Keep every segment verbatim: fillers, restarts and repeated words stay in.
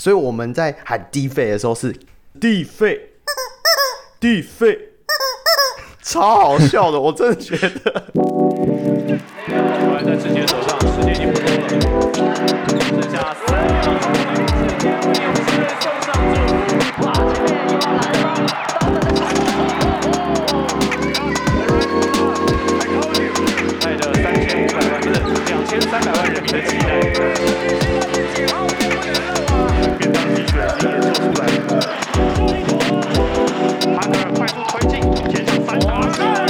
所以我们在喊地费的时候是地费，地费，超好笑的，我真的觉得。 我还在志杰手上，时间已经不多了，剩下三秒钟，有机会送上祝福。哇，这边又要来了吗？带着三千五百万，不是两千三百万人民的期待。便当机选经验就出来了。汉德尔快速推进，前向三打。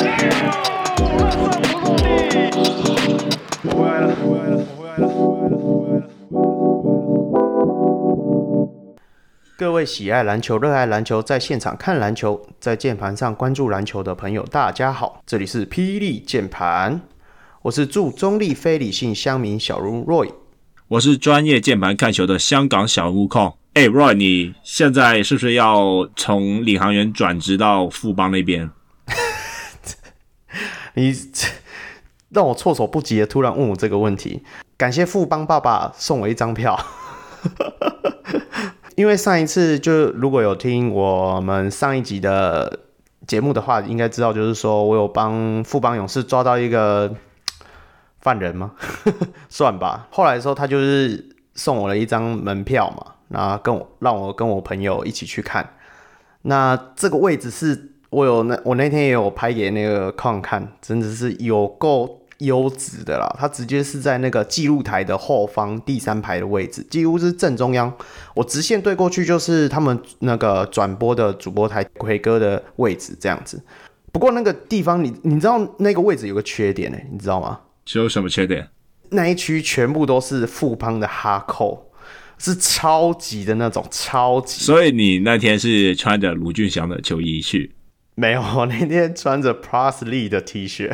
回来了，回来了，我回来了，回来了，回来了。 各位喜爱篮球、热爱篮球，在现场看篮球，在键盘上关注篮球的朋友，大家好，这里是霹雳键盘，我是驻中立非理性乡民小如 Roy， 我是专业键盘看球的香港小悟空。哎、欸、，Roy， 你现在是不是要从领航员转职到富邦那边？ 你让我措手不及的突然问我这个问题，感谢富邦爸爸送我一张票。因为上一次就如果有听我们上一集的节目的话，应该知道就是说我有帮富邦勇士抓到一个犯人吗？算吧。后来的时候他就是送我了一张门票嘛，然后跟我让我跟我朋友一起去看。那这个位置是我有那我那天也有拍给那个康看，真的是有够优质的啦，它直接是在那个记录台的后方第三排的位置，几乎是正中央。我直线对过去就是他们那个转播的主播台奎哥的位置这样子。不过那个地方你你知道那个位置有个缺点、欸、你知道吗？ 有什么缺点？ 那一区全部都是富邦的哈扣，是超级的那种超级。 所以你那天是穿着卢俊祥的球衣去？ 没有，我那天穿着 Presley 的 T 恤。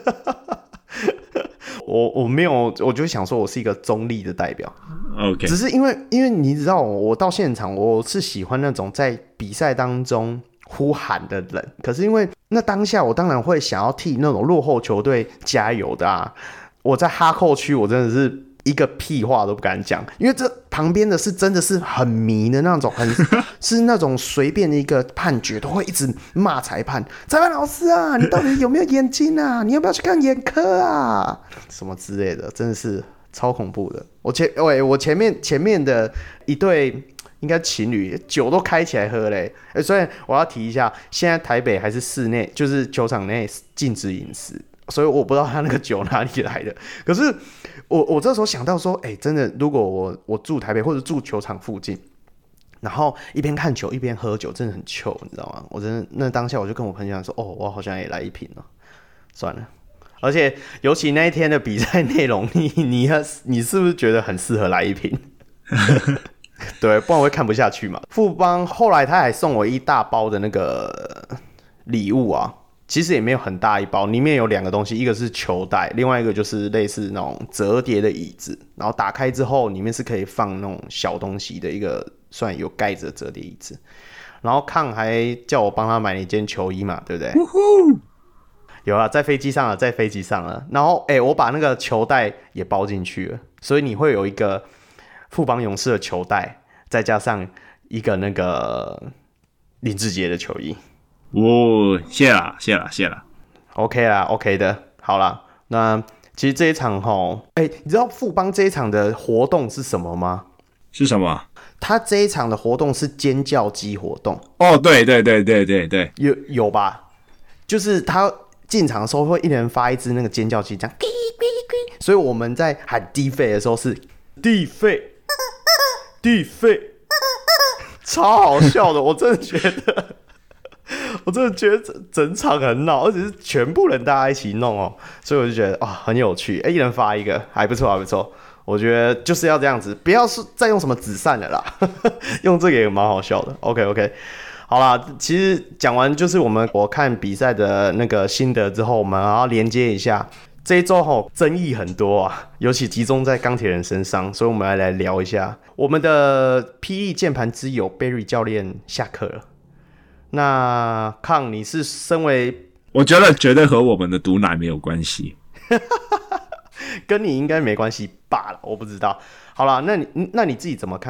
我我没有，我就想说我是一个中立的代表。 OK， 只是因为因为你知道，我到现场我是喜欢那种在比赛当中呼喊的人。可是因为那当下，我当然会想要替那种落后球队加油的啊。我在哈扣区，我真的是一个屁话都不敢讲，因为这旁边的是真的是很迷的那种，很是那种随便的一个判决都会一直骂裁判，裁判老师啊，你到底有没有眼睛啊？你要不要去看眼科啊？什么之类的，真的是超恐怖的。我前喂我前面前面的一对应该情侣酒都开起来喝嘞、欸，所以我要提一下，现在台北还是室内，就是球场内禁止饮食。所以我不知道他那个酒哪里来的，可是我我这时候想到说，哎、欸，真的，如果我我住台北或者住球场附近，然后一边看球一边喝酒，真的很糗，你知道吗？我真的那当下我就跟我朋友讲说，哦，我好像也来一瓶了，算了。而且尤其那一天的比赛内容，你你你是不是觉得很适合来一瓶？对，不然我会看不下去嘛。富邦后来他还送我一大包的那个礼物啊。其实也没有很大一包，里面有两个东西，一个是球袋，另外一个就是类似那种折叠的椅子，然后打开之后里面是可以放那种小东西的一个，算有盖子的折叠椅子。然后康还叫我帮他买了一件球衣嘛，对不对？有啊，在飞机上了，在飞机上了。然后哎、欸，我把那个球袋也包进去了，所以你会有一个富邦勇士的球袋，再加上一个那个林志杰的球衣。 哦，谢啦，谢啦，谢啦 ，OK 啦 ，OK 的，好啦。那其实这一场齁，哎、欸，你知道富邦这一场的活动是什么吗？ 是什么？ 他这一场的活动是尖叫鸡活动。 哦，对对对对对对， 有有吧？就是他进场的时候会一人发一只那个尖叫鸡，这样，所以我们在喊地费的时候是地费，地费，超好笑的，我真的觉得。我真的觉得整场很闹，而且是全部人大家一起弄哦，所以我就觉得啊、哦、很有趣，哎，一人发一个，还不错，还不错。我觉得就是要这样子，不要是再用什么纸扇了啦，用这个也蛮好笑的。OK OK， 好啦，其实讲完就是我们我看比赛的那个心得之后，我们要连接一下这一周吼争议很多啊，尤其集中在钢铁人身上，所以我们来来聊一下我们的霹雳键盘之友 Barry 教练下课了。那康，你是身为， 我觉得绝对和我们的毒奶没有关系， 跟你应该没关系罢了，我不知道。好啦，那你那你自己怎么看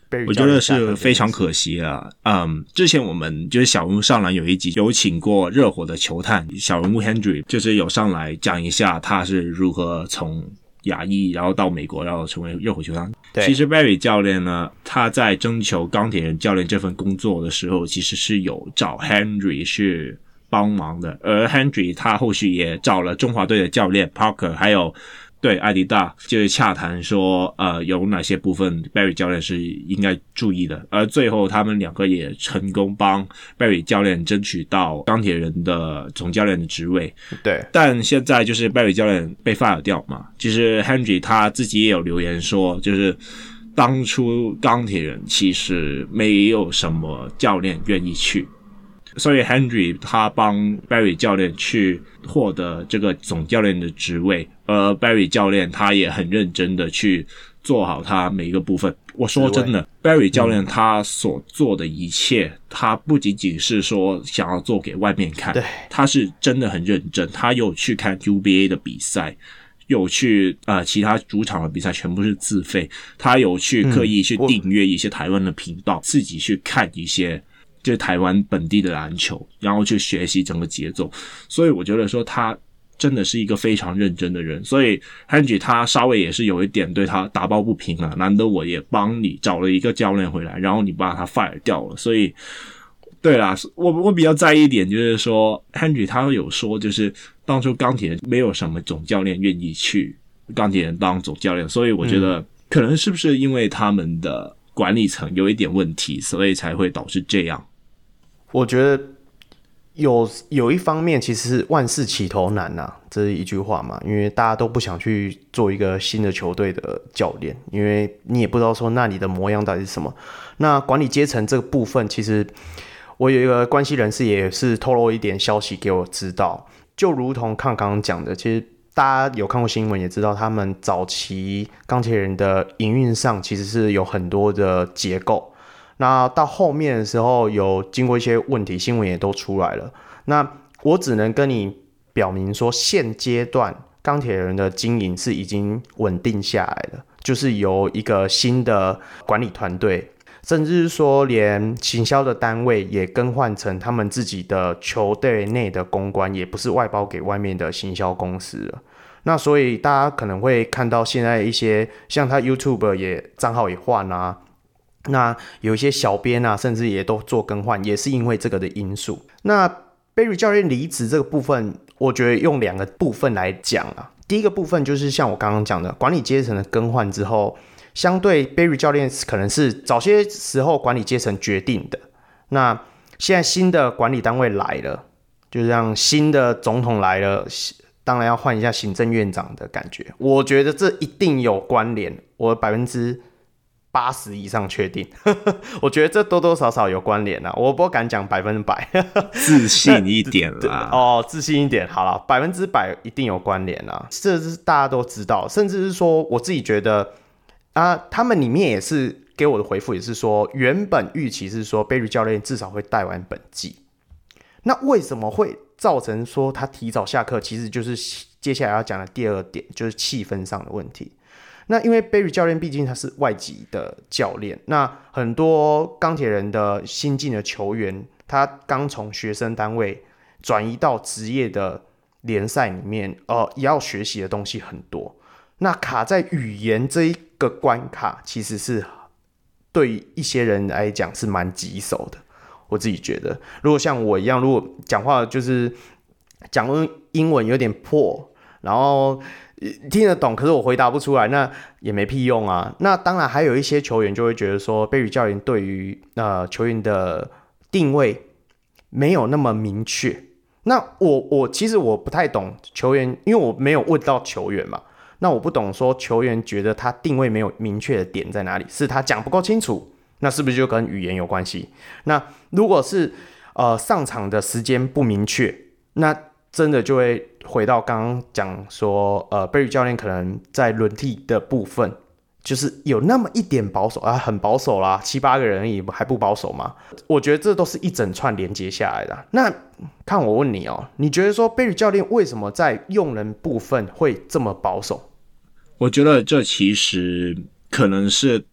Berry 我觉得是非常可惜啊。嗯，之前我们就是小人物上篮有一集有请过热火的球探小人物 Hendry， 就是有上来讲一下他是如何从亚裔然后到美国然后成为热火球探。其实 Berry 教练呢，他在征求钢铁人教练这份工作的时候其实是有找 Hendry 去帮忙的，而 Hendry 他后续也找了中华队的教练 Parker 还有对艾迪大就是洽谈说呃有哪些部分 Berry 教练是应该注意的，而最后他们两个也成功帮 Berry 教练争取到钢铁人的总教练的职位。 对， 但现在就是 Berry 教练被 fire 掉嘛，其实 Hendry 他自己也有留言说，就是当初钢铁人其实没有什么教练愿意去，所以 Hendry 他帮 Berry 教练去获得这个总教练的职位，而 Berry 教练他也很认真的去做好他每一个部分。我说真的 Berry 教练他所做的一切、嗯、他不仅仅是说想要做给外面看， 对， 他是真的很认真，他有去看 U B A 的比赛，有去呃其他主场的比赛全部是自费，他有去刻意去订阅一些台湾的频道、嗯、自己去看一些就是台湾本地的篮球，然后去学习整个节奏，所以我觉得说他真的是一个非常认真的人，所以 Hendry 他稍微也是有一点对他打抱不平了，难得我也帮你找了一个教练回来，然后你把他 fire 掉了，所以对啦，我我比较在意一点就是说 Hendry 他有说就是当初钢铁人没有什么总教练愿意去钢铁人当总教练，所以我觉得可能是不是因为他们的管理层有一点问题，所以才会导致这样。 我觉得有有一方面其实是万事起头难啊，这是一句话嘛，因为大家都不想去做一个新的球队的教练，因为你也不知道说那里的模样到底是什么。那管理阶层这个部分，其实我有一个关系人士也是透露一点消息给我知道，就如同康刚刚讲的，其实大家有看过新闻也知道，他们早期钢铁人的营运上其实是有很多的结构。那到后面的时候有经过一些问题，新闻也都出来了。那我只能跟你表明说，现阶段钢铁人的经营是已经稳定下来了，就是由一个新的管理团队，甚至是说连行销的单位也更换成他们自己的球队内的公关，也不是外包给外面的行销公司了。那所以大家可能会看到现在一些像他 YouTube 也账号也换啊，那有一些小编啊，甚至也都做更换，也是因为这个的因素。那 Berry 教练离职这个部分，我觉得用两个部分来讲啊。第一个部分就是像我刚刚讲的，管理阶层的更换之后，相对 Berry 教练可能是早些时候管理阶层决定的。那现在新的管理单位来了，就像新的总统来了，当然要换一下行政院长的感觉。我觉得这一定有关联，我百分之八十以上确定我觉得这多多少少有关联啊，我不敢讲百分之百自信一点啦哦，自信一点好了，百分之百一定有关联啊，这是大家都知道，甚至是说我自己觉得啊，他们里面也是给我的回复也是说，原本预期是说 Berry 教练至少会带完本季，那为什么会造成说他提早下课，其实就是接下来要讲的第二个点，就是气氛上的问题。那因为 Berry 教练毕竟他是外籍的教练，那很多钢铁人的新进的球员，他刚从学生单位转移到职业的联赛里面，呃，也要学习的东西很多。那卡在语言这一个关卡，其实是对一些人来讲是蛮棘手的。我自己觉得，如果像我一样，如果讲话就是讲英文有点破，然后听得懂，可是我回答不出来，那也没屁用啊。那当然还有一些球员就会觉得说 Berry 教练对于、呃、球员的定位没有那么明确。那我我其实我不太懂球员，因为我没有问到球员嘛，那我不懂说球员觉得他定位没有明确的点在哪里，是他讲不够清楚，那是不是就跟语言有关系？那如果是呃上场的时间不明确，那真的就会回到刚刚讲说，呃 Berry 教练可能在轮替的部分，就是有那么一点保守啊，很保守啦，七八个人而已，还不保守吗？我觉得这都是一整串连接下来的。那看我问你哦，你觉得说 Berry 教练为什么在用人部分会这么保守？ 我觉得这其实可能是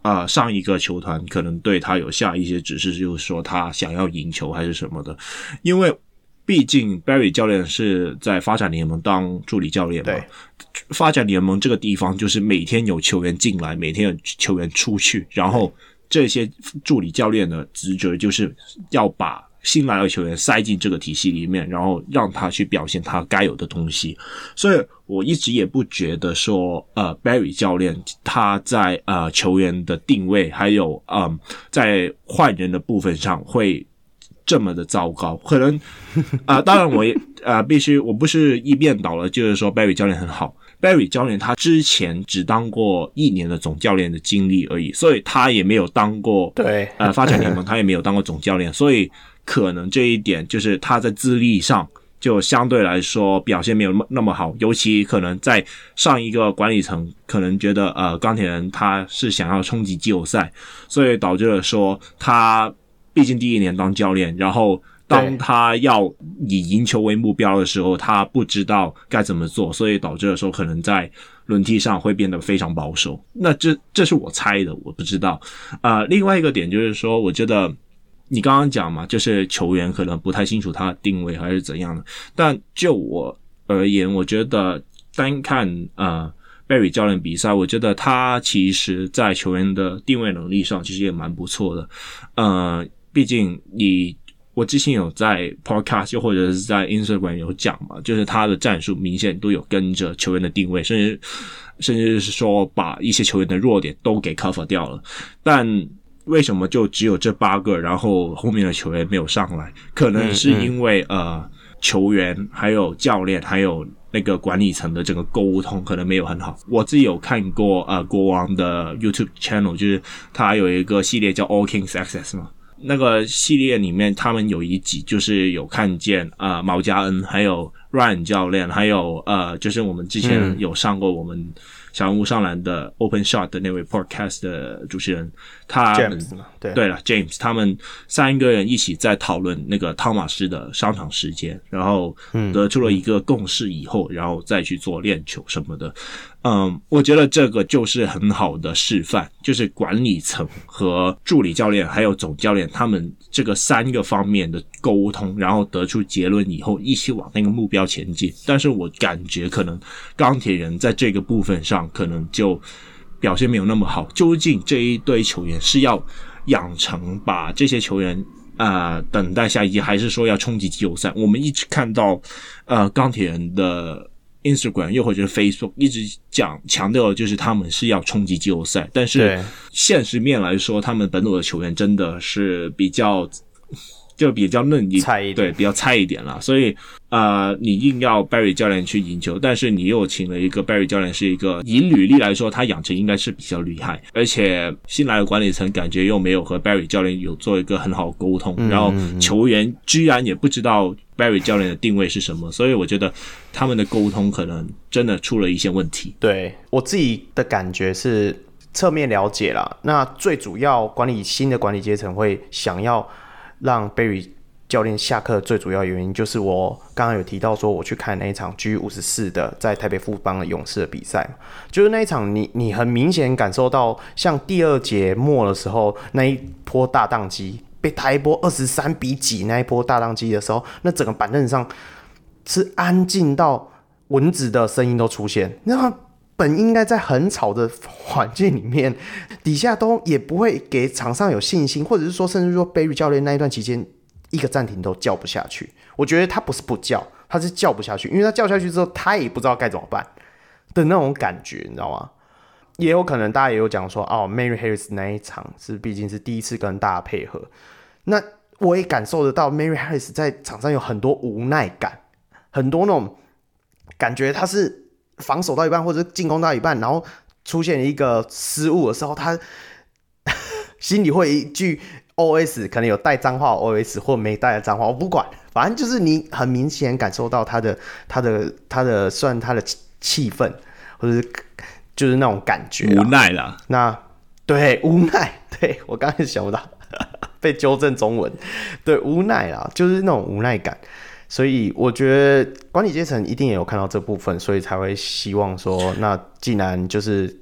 呃上一个球团可能对他有下一些指示，就是说他想要赢球还是什么的，因为毕竟 Barry 教练是在发展联盟当助理教练嘛，发展联盟这个地方就是每天有球员进来，每天有球员出去，然后这些助理教练的职责就是要把新来的球员塞进这个体系里面，然后让他去表现他该有的东西。所以我一直也不觉得说呃 Barry 教练他在呃球员的定位还有嗯、呃、在换人的部分上会这么的糟糕。可能啊、呃，当然我也呃必须我不是一面倒了，就是说 Barry 教练很好。Barry 教练他之前只当过一年的总教练的经历而已，所以他也没有当过对呃发展联盟，他也没有当过总教练，所以可能这一点就是他在资历上就相对来说表现没有那么好，尤其可能在上一个管理层可能觉得呃钢铁人他是想要冲击季后赛，所以导致了说他毕竟第一年当教练，然后当他要以赢球为目标的时候，他不知道该怎么做，所以导致了说可能在轮替上会变得非常保守。那这这是我猜的，我不知道。呃，另外一个点就是说，我觉得你刚刚讲嘛，就是球员可能不太清楚他的定位还是怎样的，但就我而言，我觉得单看呃 Barry 教练比赛，我觉得他其实在球员的定位能力上其实也蛮不错的。呃，毕竟你我之前有在 podcast 又或者是在 Instagram 有讲嘛，就是他的战术明显都有跟着球员的定位，甚至甚至是说把一些球员的弱点都给 cover 掉了。但为什么就只有这八个，然后后面的球员没有上来？可能是因为、嗯嗯、呃球员还有教练还有那个管理层的整个沟通可能没有很好。我自己有看过呃国王的 YouTube channel， 就是他有一个系列叫 All Kings Access 嘛。那个系列里面他们有一集就是有看见呃毛家恩还有 Ryan 教练还有呃就是我们之前有上过我们小人物上篮的 Open Shot 的那位 podcast 的主持人，他们 James 嘛，对对了 James 他们三个人一起在讨论那个汤马斯的上场时间，然后得出了一个共识以后，然后再去做练球什么的。嗯，我觉得这个就是很好的示范，就是管理层和助理教练还有总教练他们这个三个方面的沟通，然后得出结论以后一起往那个目标前进。但是我感觉可能钢铁人在这个部分上可能就表现没有那么好。究竟这一堆球员是要养成把这些球员呃等待下一季，还是说要冲击季后赛？我们一直看到呃钢铁人的Instagram 又或者是 Facebook 一直讲强调的就是他们是要冲击季后赛，但是现实面来说，他们本土的球员真的是比较就比较嫩一菜一点， 对，比较菜一点啦。所以呃，你硬要 Barry 教练去赢球，但是你又请了一个 Barry 教练，是一个以履历来说，他养成应该是比较厉害，而且新来的管理层感觉又没有和 Barry 教练有做一个很好的沟通， 嗯、 然后球员居然也不知道 Barry 教练的定位是什么，所以我觉得他们的沟通可能真的出了一些问题。 对，我自己的感觉是侧面了解啦，那最主要管理新的管理阶层会想要让 Barry 教练下课，最主要原因就是我刚刚有提到说，我去看那一场 G 五十四 的在台北富邦的勇士的比赛，就是那一场你你很明显感受到，像第二节末的时候那一波大宕机，被台波二十三比几那一波大宕机的时候，那整个板凳上是安静到蚊子的声音都出现，那本应该在很吵的环境里面，底下都也不会给场上有信心，或者是说，甚至说 Barry 教练那一段期间一个暂停都叫不下去。我觉得他不是不叫，他是叫不下去，因为他叫下去之后，他也不知道该怎么办的那种感觉，你知道吗？也有可能大家也有讲说，哦 ，Mary Harris 那一场是毕竟是第一次跟大家配合，那我也感受得到 Mary Harris 在场上有很多无奈感，很多那种感觉他是防守到一半或者进攻到一半，然后出现一个失误的时候，他心里会一句 O S， 可能有带脏话 O S 或没带的脏话，我不管，反正就是你很明显感受到他的他的他的算他的气氛，或者是就是那种感觉无奈啦。 那对无奈，对我刚才想不到被纠正中文，对无奈啦，就是那种无奈感。所以我觉得管理阶层一定也有看到这部分，所以才会希望说，那既然就是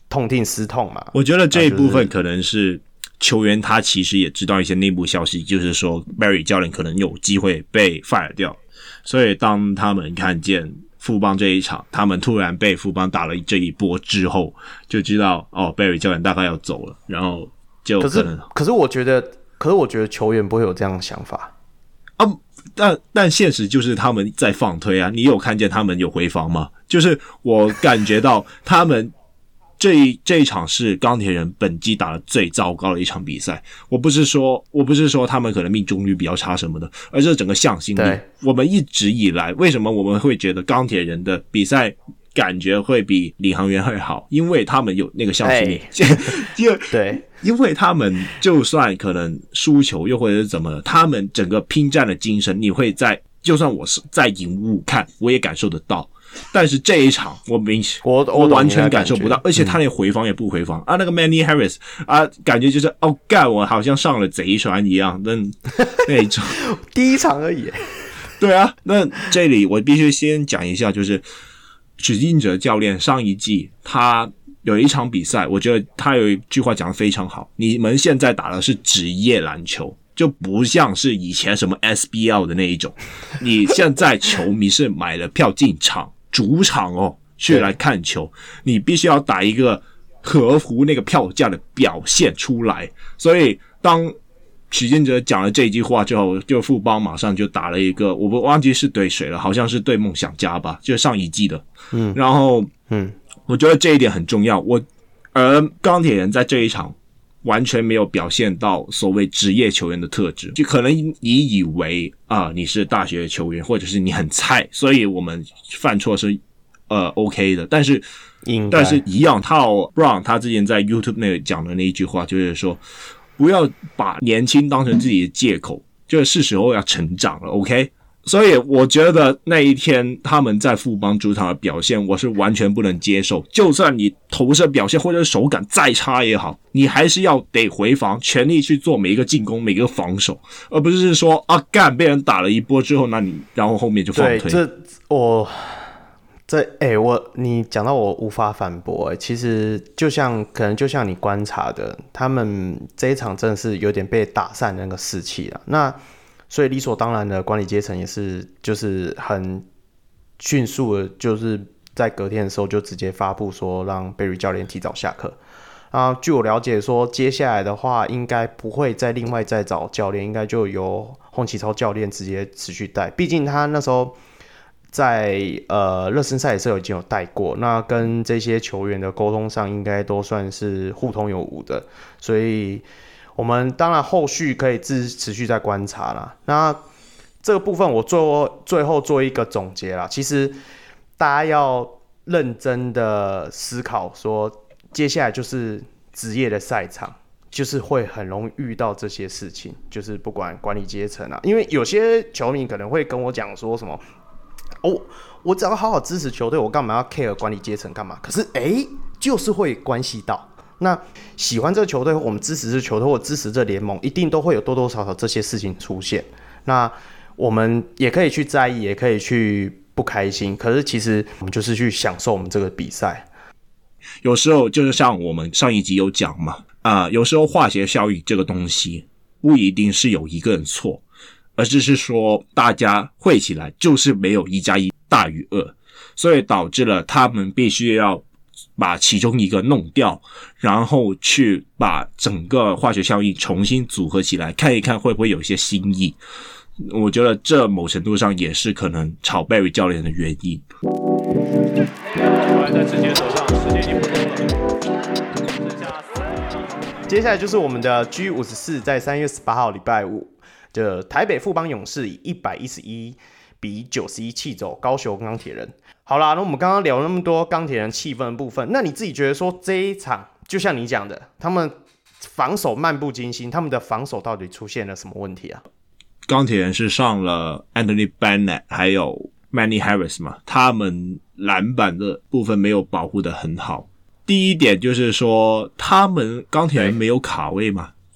痛定思痛嘛。 我觉得这一部分可能是球员他其实也知道一些内部消息，就是说 Barry 教练可能有机会被 fire 掉，所以当他们看见富邦这一场，他们突然被富邦打了这一波之后，就知道哦 Barry 教练大概要走了，然后就可能可是可是我觉得，可是我觉得球员不会有这样的想法啊。但但现实就是他们在放推啊，你有看见他们有回防吗？就是我感觉到他们这一这一场是钢铁人本季打得最糟糕的一场比赛。我不是说我不是说他们可能命中率比较差什么的，而是整个向心力。我们一直以来为什么我们会觉得钢铁人的比赛感觉会比领航员会好？因为他们有那个向心力。因为对， 因为他们就算可能输球又或者是怎么了，他们整个拼战的精神，你会在就算我是在荧幕看，我也感受得到。但是这一场我明我我完全感受不到，而且他连回防也不回防、嗯、啊！那个 Manny Harris 啊，感觉就是哦干，我好像上了贼船一样，那那一种第一场而已。 对啊，那这里我必须先讲一下，就是许晋哲教练上一季他有一场比赛，我觉得他有一句话讲得非常好：你们现在打的是职业篮球。就不像是以前什么 S B L 的那一种，你现在球迷是买了票进场，主场哦，去来看球，你必须要打一个合乎那个票价的表现出来。所以当许晋哲讲了这一句话之后，就富邦马上就打了一个，我不忘记是对谁了，好像是对梦想家吧，就是上一季的。嗯，然后嗯，我觉得这一点很重要。我而钢铁人在这一场完全没有表现到所谓职业球员的特质，就可能你以为啊、呃、你是大学球员，或者是你很菜，所以我们犯错是呃 OK 的，但是但是一样，套 Brown 他之前在 YouTube 那里讲的那一句话，就是说不要把年轻当成自己的借口，就是是时候要成长了 OK。所以我觉得那一天他们在富邦主场的表现，我是完全不能接受。就算你投射表现或者手感再差也好，你还是要得回防，全力去做每一个进攻，每一个防守，而不是说啊干被人打了一波之后，那你然后后面就放退。 对，这我这哎、欸、我你讲到我无法反驳哎、欸，其实就像可能就像你观察的，他们这一场真的是有点被打散那个士气了。那所以理所当然的管理阶层也是就是很迅速的，就是在隔天的时候就直接发布说让 Barry 教练提早下课。啊，据我了解说，接下来的话应该不会再另外再找教练，应该就由洪启超教练直接持续带。毕竟他那时候在呃热身赛的时候已经有带过，那跟这些球员的沟通上应该都算是互通有无的，所以我们当然后续可以持续再观察啦。那这个部分我最后最后做一个总结啦。其实大家要认真的思考说，接下来就是职业的赛场，就是会很容易遇到这些事情，就是不管管理阶层啊，因为有些球迷可能会跟我讲说什么，哦，我只要好好支持球队，我干嘛要 care 管理阶层干嘛？可是哎、欸，就是会关系到。那喜欢这个球队，我们支持这球队或支持这联盟，一定都会有多多少少这些事情出现。那我们也可以去在意，也可以去不开心，可是其实我们就是去享受我们这个比赛。 有时候就是像我们上一集有讲嘛，啊、呃，有时候化学效应这个东西不一定是有一个人错，而只是说大家会起来就是没有一加一大于二，所以导致了他们必须要把其中一个弄掉，然后去把整个化学效应重新组合起来，看一看会不会有一些新意。我觉得这某程度上也是可能炒 Barry 教练的原因。 球还在志杰手上，时间已经不多了，剩下三。 接下来就是我们的 G 五十四，在三月十八号礼拜五，的台北富邦勇士以一百一十一比九十一气走高雄钢铁人。好啦，那我们刚刚聊了那么多钢铁人气氛的部分，那你自己觉得说这一场，就像你讲的，他们防守漫不经心，他们的防守到底出现了什么问题啊？ 钢铁人是上了 Anthony Bennett 还有 Manny Harris 嘛，他们篮板的部分没有保护得很好。第一点就是说，他们钢铁人没有卡位嘛，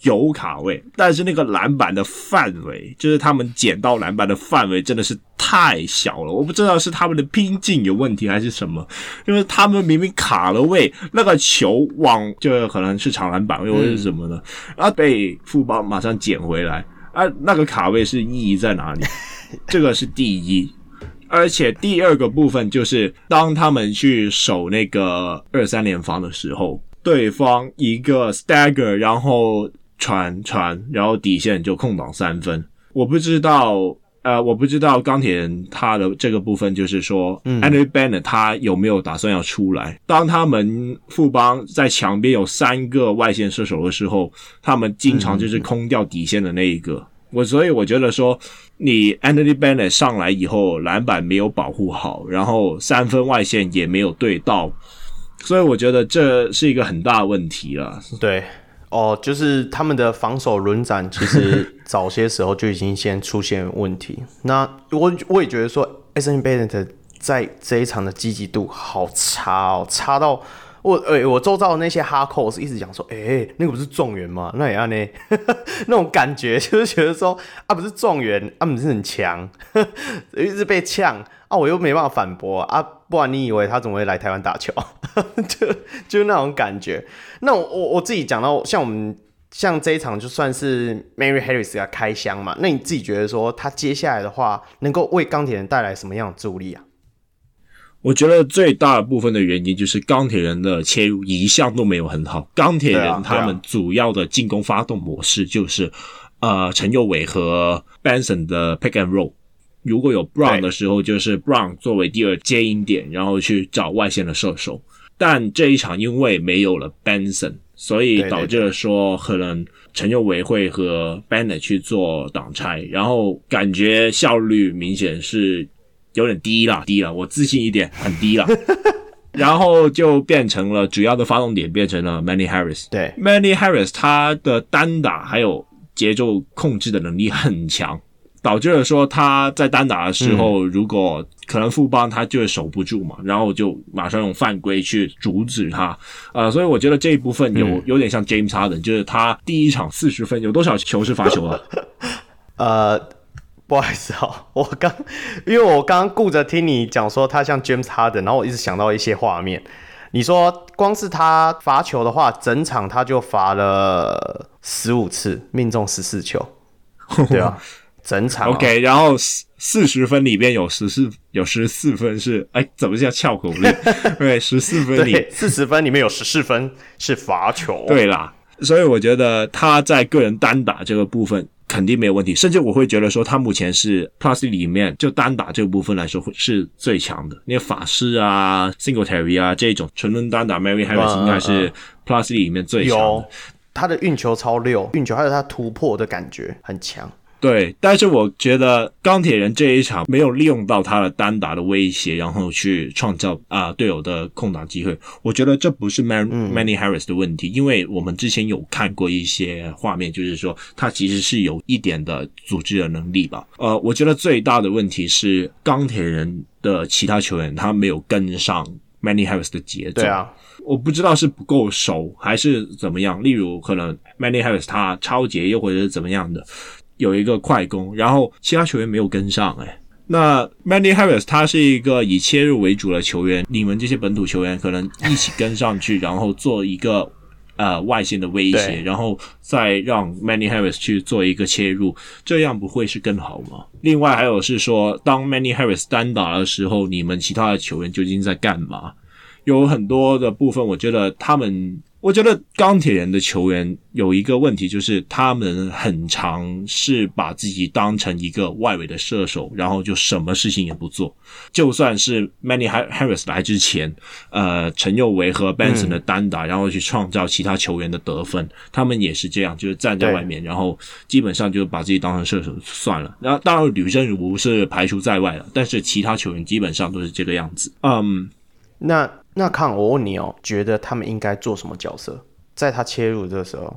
有卡位，但是那个篮板的范围，就是他们捡到篮板的范围真的是太小了。我不知道是他们的拼劲有问题还是什么，就是他们明明卡了位，那个球往就可能是长篮板位或者是什么的，然后被富邦马上捡回来啊，那个卡位是意义在哪里？这个是第一。而且第二个部分就是当他们去守那个二三联防的时候，对方一个 stagger 然后传传，然后底线就空档三分。我不知道呃，我不知道钢铁人他的这个部分就是说、嗯、Anthony Bennett 他有没有打算要出来。当他们富邦在墙边有三个外线射手的时候，他们经常就是空掉底线的那一个。我所以我觉得说你 Anthony Bennett 上来以后篮板没有保护好，然后三分外线也没有对到，所以我觉得这是一个很大的问题了。 对哦，就是他们的防守轮转其实早些时候就已经先出现问题。那我我也觉得说 Anthony Bennett 在这一场的积极度好差哦，差到我诶、欸，我周遭的那些哈扣是一直讲说，诶、欸，那个不是状元吗？那也按呢，那种感觉就是觉得说，啊，不是状元，啊，不是很强，一直被呛啊，我又没办法反驳啊，不然你以为他怎么会来台湾打球？就就那种感觉。那我我我自己讲到，像我们像这一场就算是 Mary Harris 要开箱嘛，那你自己觉得说他接下来的话，能够为钢铁人带来什么样的助力啊？ 我觉得最大的部分的原因就是钢铁人的切入一向都没有很好。钢铁人他们主要的进攻发动模式就是，啊啊、呃陈佑伟和 Benson 的 pick and roll。如果有 Brown 的时候，就是 Brown 作为第二接应点，然后去找外线的射手。但这一场因为没有了 Benson， 所以导致了说可能陈佑伟会和 Bennett 去做挡拆，然后感觉效率明显是有点低啦，低啦，我自信一点，很低啦。然后就变成了主要的发动点变成了 Manny Harris。对 ，Manny Harris 他的单打还有节奏控制的能力很强，导致了说他在单打的时候，嗯、如果可能富邦他就会守不住嘛，然后就马上用犯规去阻止他。呃，所以我觉得这一部分有、嗯、有点像 James Harden， 就是他第一场四十分有多少球是罚球啊？ 呃。不好意思哦，我刚因为我刚刚顾着听你讲说他像 James Harden， 然后我一直想到一些画面。你说光是他罚球的话，整场他就罚了十五次，命中十四球，对啊，整场、哦。 OK， 然后四十分里面有十四有十四分是哎，怎么叫翘口令？对，十四分里四十分里面有十四分是罚球。 对啦，所以我觉得他在个人单打这个部分肯定没有问题，甚至我会觉得说他目前是 Plus 里面就单打这个部分来说是最强的。那个法师啊 Singletary 啊这种纯论单打 Mary Harris 应该是 Plus 里面最强的、 有他的运球超溜，运球还有他突破的感觉很强。 对，但是我觉得钢铁人这一场没有利用到他的单打的威胁，然后去创造啊、呃、队友的空档机会。我觉得这不是 Man、嗯、Manny Harris 的问题，因为我们之前有看过一些画面，就是说他其实是有一点的组织的能力吧。呃，我觉得最大的问题是钢铁人的其他球员他没有跟上 Manny Harris 的节奏。 对啊。 我不知道是不够熟还是怎么样，例如可能 Manny Harris 他超节又或者是怎么样的。有一个快攻，然后其他球员没有跟上诶、欸。那 Manny Harris 他是一个以切入为主的球员，你们这些本土球员可能一起跟上去，然后做一个呃外线的威胁，然后再让 Manny Harris 去做一个切入，这样不会是更好吗？另外还有是说，当 Manny Harris 单打的时候，你们其他的球员究竟在干嘛？有很多的部分，我觉得他们。我觉得钢铁人的球员有一个问题，就是他们很常是把自己当成一个外围的射手，然后就什么事情也不做。就算是 Manny Harris 来之前，呃，陈佑维和 Benson 的单打、嗯，然后去创造其他球员的得分，他们也是这样，就是站在外面，然后基本上就把自己当成射手算了。然后当然吕正如是排除在外了，但是其他球员基本上都是这个样子。嗯， 那。那康，我问你哦，觉得他们应该做什么角色？在他切入的时候，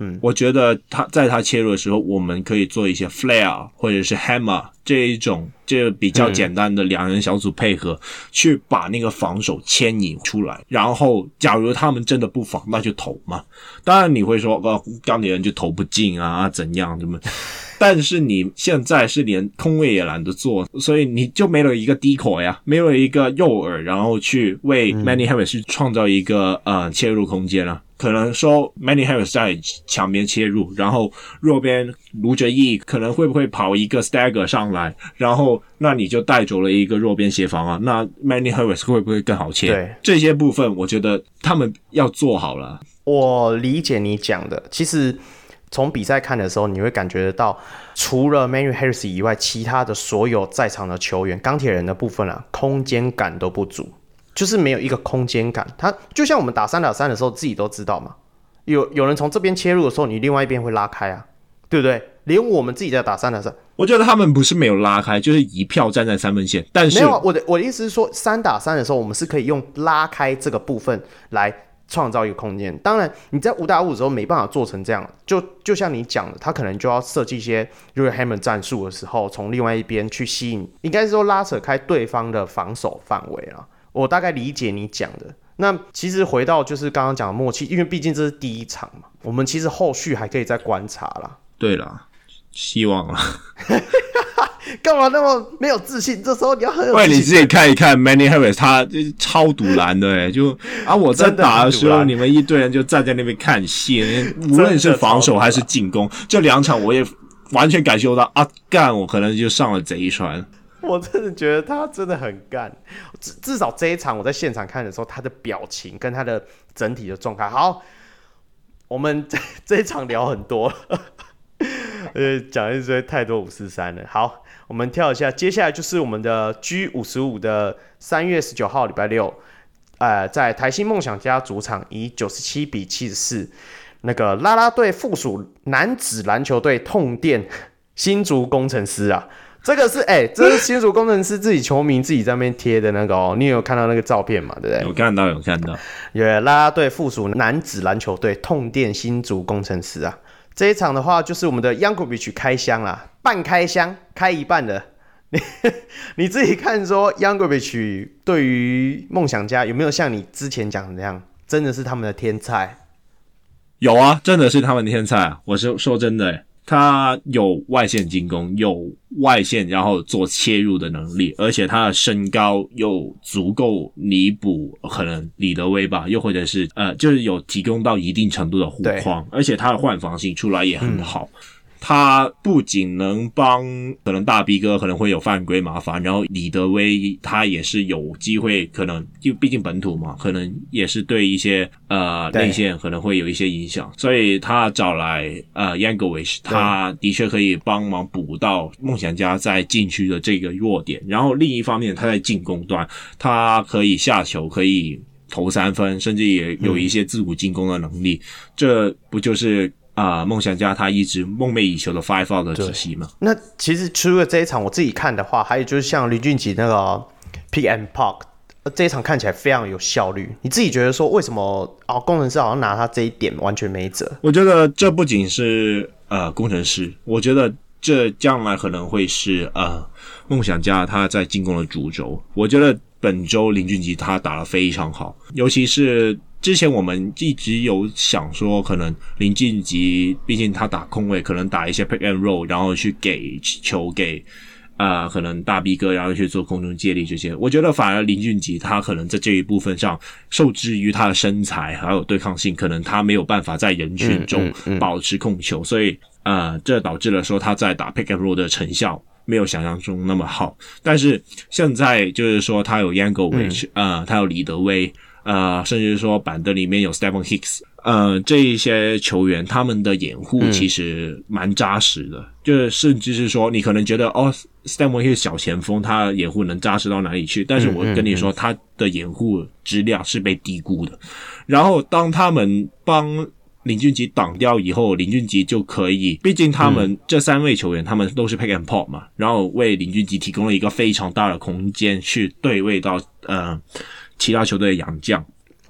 嗯， 我觉得他在他切入的时候，我们可以做一些 flare 或者是 hammer 这一种这比较简单的两人小组配合，嗯、去把那个防守牵引出来。然后，假如他们真的不防，那就投嘛。当然你会说，呃，钢铁人就投不进啊，怎样怎么？但是你现在是连空位也懒得做，所以你就没有一个低口呀，没有一个诱饵，然后去为 Manny Harris 去创造一个呃切入空间啊。可能说 Manny Harris 在墙边切入，然后弱边卢哲义可能会不会跑一个 stagger 上来，然后那你就带走了一个弱边协防啊，那 Manny Harris 会不会更好切？ 对， 这些部分我觉得他们要做好了。 我理解你讲的，其实从比赛看的时候，你会感觉得到，除了 Manny Harris 以外，其他的所有在场的球员，钢铁人的部分啊，空间感都不足。就是没有一个空间感，他就像我们打三打三的时候，自己都知道嘛。有有人从这边切入的时候，你另外一边会拉开啊，对不对？连我们自己在打三打三， 我觉得他们不是没有拉开，就是一票站在三分线。但是没有，我的我的意思是说，三打三的时候，我们是可以用拉开这个部分来创造一个空间。当然，你在五打五的时候没办法做成这样，就就像你讲的，他可能就要设计一些 Ray Hammer 战术的时候，从另外一边去吸引，应该是说拉扯开对方的防守范围啦。我大概理解你讲的。那其实回到就是刚刚讲的默契，因为毕竟这是第一场嘛，我们其实后续还可以再观察啦。 对啦，希望啦。 干嘛那么没有自信？这时候你要很有自信。 喂，你自己看一看 Manny Harris， 他超堵拦的哎，就啊我在打的时候，你们一堆人就站在那边看戏，无论是防守还是进攻，这两场我也完全感受到啊，干我可能就上了贼船。 我真的觉得他真的很干，至至少这一场我在现场看的时候，他的表情跟他的整体的状态。好，我们这一场聊很多了，呃，讲一堆太多五四三了。好，我们跳一下，接下来就是我们的 G 五十五 的三月十九号礼拜六，呃，在台新梦想家主场以九十七比七十四，那个啦啦队附属男子篮球队痛电新竹工程师啊。这个是哎、欸，这是新竹工程师自己球迷自己在那边贴的那个哦，你有看到那个照片嘛？对不对？ 有看到，有看到。 有啦啦队附属男子篮球队痛电新竹工程师啊！这一场的话，就是我们的 Yankovic 开箱啦，半开箱，开一半的。你你自己看说 Yankovic 对于梦想家有没有像你之前讲的那样，真的是他们的天才？ 有啊，真的是他们的天才啊！我是说真的、欸。他有外线进攻，有外线然后做切入的能力，而且他的身高又足够弥补可能李德威吧，又或者是呃，就是有提供到一定程度的护框，而且他的换防性出来也很好。嗯，他不仅能帮可能大 B 哥可能会有犯规麻烦，然后李德威他也是有机会，可能就毕竟本土嘛，可能也是对一些呃内线可能会有一些影响，所以他找来呃 Yankovic， 他的确可以帮忙补到梦想家在禁区的这个弱点，然后另一方面他在进攻端他可以下球，可以投三分，甚至也有一些自主进攻的能力，嗯，这不就是啊、呃，梦想家他一直梦寐以求的 five out 的体系嘛。 那其实除了这一场我自己看的话，还有就是像林俊杰那个 pick and pop， 这一场看起来非常有效率。你自己觉得说为什么啊？工程师好像拿他这一点完全没辙？ 我觉得这不仅是呃工程师，我觉得这将来可能会是呃梦想家他在进攻的主轴。我觉得本周林俊杰他打得非常好，尤其是之前我们一直有想说，可能林俊杰毕竟他打空位，可能打一些 pick and roll， 然后去给球给呃可能大 B 哥，然后去做空中接力这些。我觉得反而林俊杰他可能在这一部分上，受制于他的身材还有对抗性，可能他没有办法在人群中保持控球，嗯嗯嗯，所以呃这导致了说他在打 pick and roll 的成效没有想象中那么好。但是现在就是说他有 Yankovic，嗯、呃他有李德威。呃，甚至是说板凳里面有 Stephon Hicks， 呃，这一些球员他们的掩护其实蛮扎实的，嗯，就是甚至是说你可能觉得哦 ，Stephon Hicks 小前锋他掩护能扎实到哪里去？但是我跟你说，他的掩护质量是被低估的。然后当他们帮林俊杰挡掉以后，林俊杰就可以，毕竟他们这三位球员他们都是 pick and pop 嘛，然后为林俊杰提供了一个非常大的空间去对位到呃。其他球队的洋将，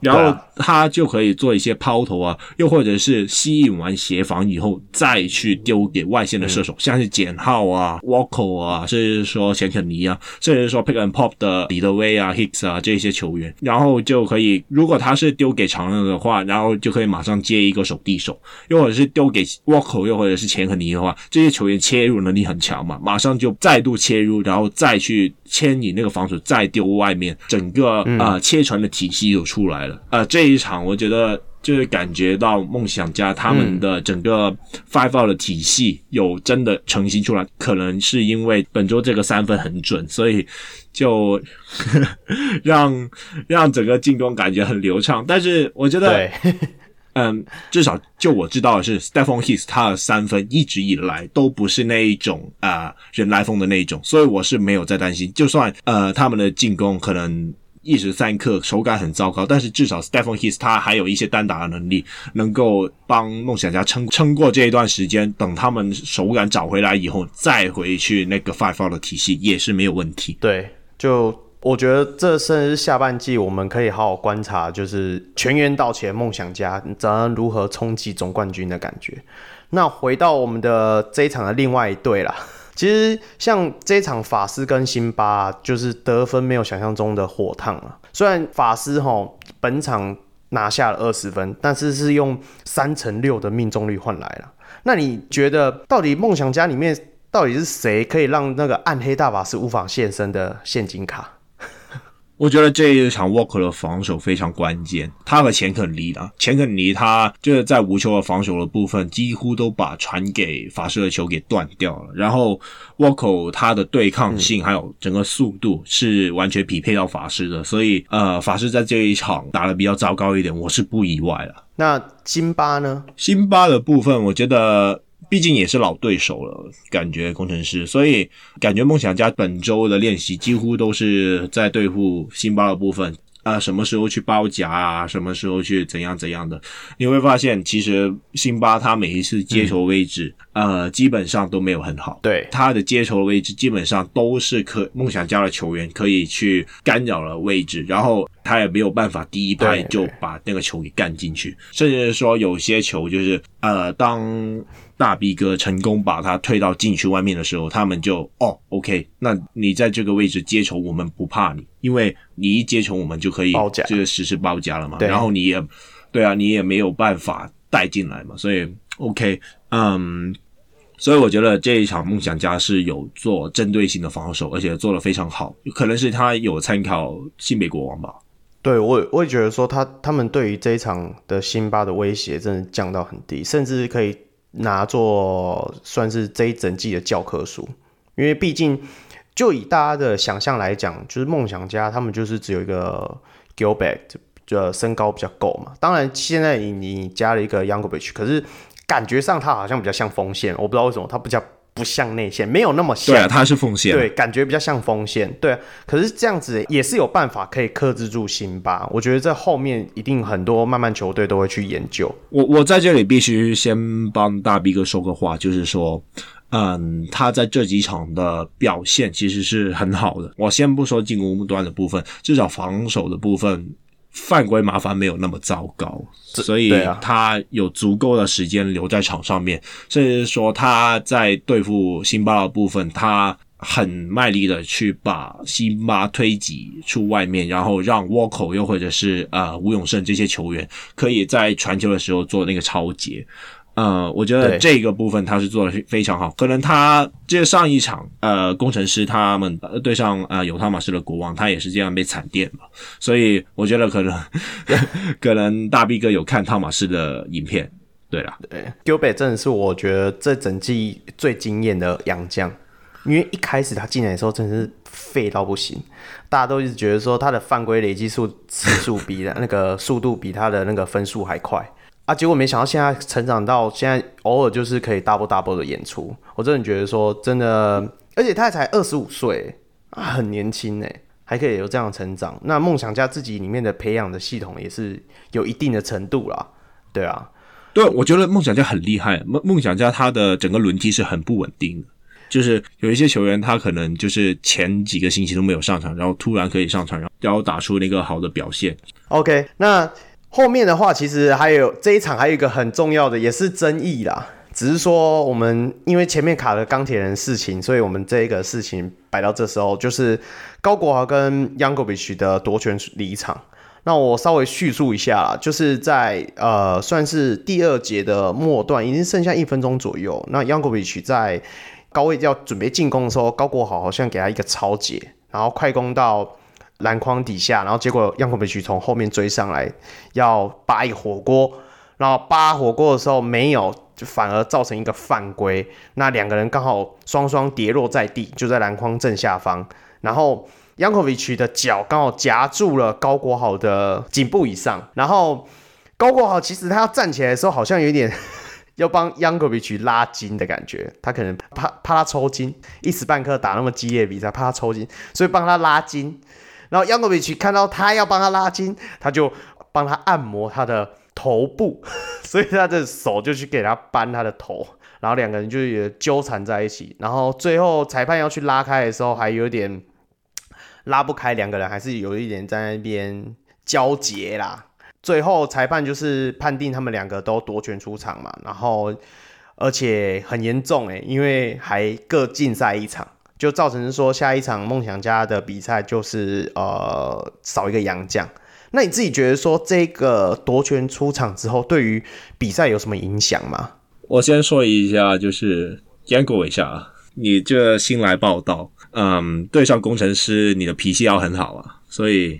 然后他就可以做一些抛投啊，又或者是吸引完协防以后再去丢给外线的射手，嗯、像是简浩啊、Walker 啊，甚至说钱肯尼啊，甚至说 Pick and Pop 的李德威啊、Hicks 啊这些球员，然后就可以，如果他是丢给长人的话，然后就可以马上接一个手递手，又或者是丢给 Walker， 又或者是钱肯尼的话，这些球员切入能力很强嘛，马上就再度切入，然后再去牵引那个防守，再丢外面，整个呃切传的体系就出来了。呃，这一场我觉得就是感觉到梦想家他们的整个 five out 的体系有真的成型出来，可能是因为本周这个三分很准，所以就让让整个进攻感觉很流畅。但是我觉得嗯，至少就我知道的是 Stephon Hicks 他的三分一直以来都不是那一种啊、呃、人来疯的那一种，所以我是没有在担心，就算呃他们的进攻可能一时三刻手感很糟糕，但是至少 Stephon Hicks 他还有一些单打的能力，能够帮梦想家撑撑过这一段时间，等他们手感找回来以后再回去那个 five out 的体系也是没有问题。 对，就我觉得这甚至是下半季我们可以好好观察，就是全员到齐的梦想家怎样如何冲击总冠军的感觉。那回到我们的这一场的另外一队啦，其实像这一场法师跟辛巴就是得分没有想象中的火烫啊。虽然法师齁本场拿下了二十分，但是是用三成六的命中率换来了。那你觉得到底梦想家里面到底是谁可以让那个暗黑大法师无法现身的陷阱卡？ 我觉得这一场 Walker 的防守非常关键，他和钱肯尼啦，钱肯尼他就是在无球的防守的部分几乎都把传给法师的球给断掉了，然后 Walker 他的对抗性还有整个速度是完全匹配到法师的，所以呃法师在这一场打得比较糟糕一点，我是不意外了。 那辛巴呢？ 辛巴的部分我觉得毕竟也是老对手了，感觉工程师，所以感觉梦想家本周的练习几乎都是在对付辛巴的部分啊、呃，什么时候去包夹啊，什么时候去怎样怎样的，你会发现其实辛巴他每一次接球位置、嗯、呃基本上都没有很好， 对， 他的接球位置基本上都是可梦想家的球员可以去干扰的位置，然后他也没有办法第一拍就把那个球给干进去，甚至是说有些球就是呃当大 B 哥成功把他推到禁区外面的时候，他们就哦 OK， 那你在这个位置接球我们不怕你，因为你一接球我们就可以这个实施包夹了嘛，然后你也对啊你也没有办法带进来嘛，所以 OK 嗯，所以我觉得这一场梦想家是有做针对性的防守，而且做得非常好，可能是他有参考新北国王吧。 对，我也我也觉得说他他们对于这一场的辛巴的威胁真的降到很低，甚至可以拿作算是这一整季的教科书，因为毕竟就以大家的想象来讲，就是梦想家他们就是只有一个 Gilbert 就身高比较够嘛，当然现在你你加了一个 Youngovich， 可是感觉上他好像比较像锋线，我不知道为什么他比较不像内线，没有那么像。 对啊，他是锋线， 对，感觉比较像锋线。对、啊，可是这样子也是有办法可以克制住辛巴。我觉得这后面一定很多慢慢球队都会去研究。 我我在这里必须先帮大 B 哥说个话，就是说，嗯，他在这几场的表现其实是很好的。我先不说进攻端的部分，至少防守的部分。犯规麻烦没有那么糟糕，所以他有足够的时间留在场上面，甚至说他在对付辛巴的部分，他很卖力的去把辛巴推挤出外面，然后让沃口又或者是呃吴永胜这些球员可以在传球的时候做那个抄截。呃，我觉得这个部分他是做得非常好，可能他这上一场呃工程师他们对上呃犹他马斯的国王，他也是这样被惨电嘛，所以我觉得可能可能大 B 哥有看汤马斯的影片，对啦， 对 ，Gilbert 真的是我觉得这整季最惊艳的洋将，因为一开始他进来的时候真的是废到不行，大家都一直觉得说他的犯规累积数次数比那个速度比他的那个分数还快。啊！结果没想到现在成长到现在，偶尔就是可以 double double 的演出。我真的觉得说，真的，而且他才二十五岁，啊，很年轻哎，还可以有这样的成长。那梦想家自己里面的培养的系统也是有一定的程度啦，对啊， 对，我觉得梦想家很厉害。梦梦想家他的整个轮替是很不稳定的， 就是有一些球员他可能就是前几个星期都没有上场，然后突然可以上场，然后打出那个好的表现。 OK， 那后面的话其实还有这一场还有一个很重要的也是争议啦，只是说我们因为前面卡了钢铁人事情，所以我们这个事情摆到这时候，就是高国豪跟 Jankovic 的夺权离场。那我稍微叙述一下啦，就是在呃算是第二节的末段，已经剩下一分钟左右。那 Jankovic 在高位要准备进攻的时候，高国豪好像给他一个抄截，然后快攻到篮筐底下，然后结果 Jankovic 从后面追上来要扒一个火锅，然后扒火锅的时候没有，就反而造成一个犯规。那两个人刚好双双跌落在地，就在篮筐正下方，然后Jankovic 的脚刚好夹住了高国豪的颈部以上，然后高国豪其实他要站起来的时候，好像有点要帮 Jankovic 拉筋的感觉，他可能怕怕他抽筋，一时半刻打那么激烈的比赛，怕他抽筋，所以帮他拉筋。然后 Jankovic 看到他要帮他拉筋，他就帮他按摩他的头部，所以他的手就去给他扳他的头，然后两个人就也纠缠在一起，然后最后裁判要去拉开的时候，还有点拉不开，两个人还是有一点在那边交结啦。最后裁判就是判定他们两个都夺权出场嘛，然后而且很严重诶，因为还各禁赛一场，就造成说下一场梦想家的比赛就是呃少一个洋将。那你自己觉得说这个夺权出场之后，对于比赛有什么影响吗？ 我先说一下，就是严格一下，你这新来报道，嗯，对上工程师，你的脾气要很好啊，所以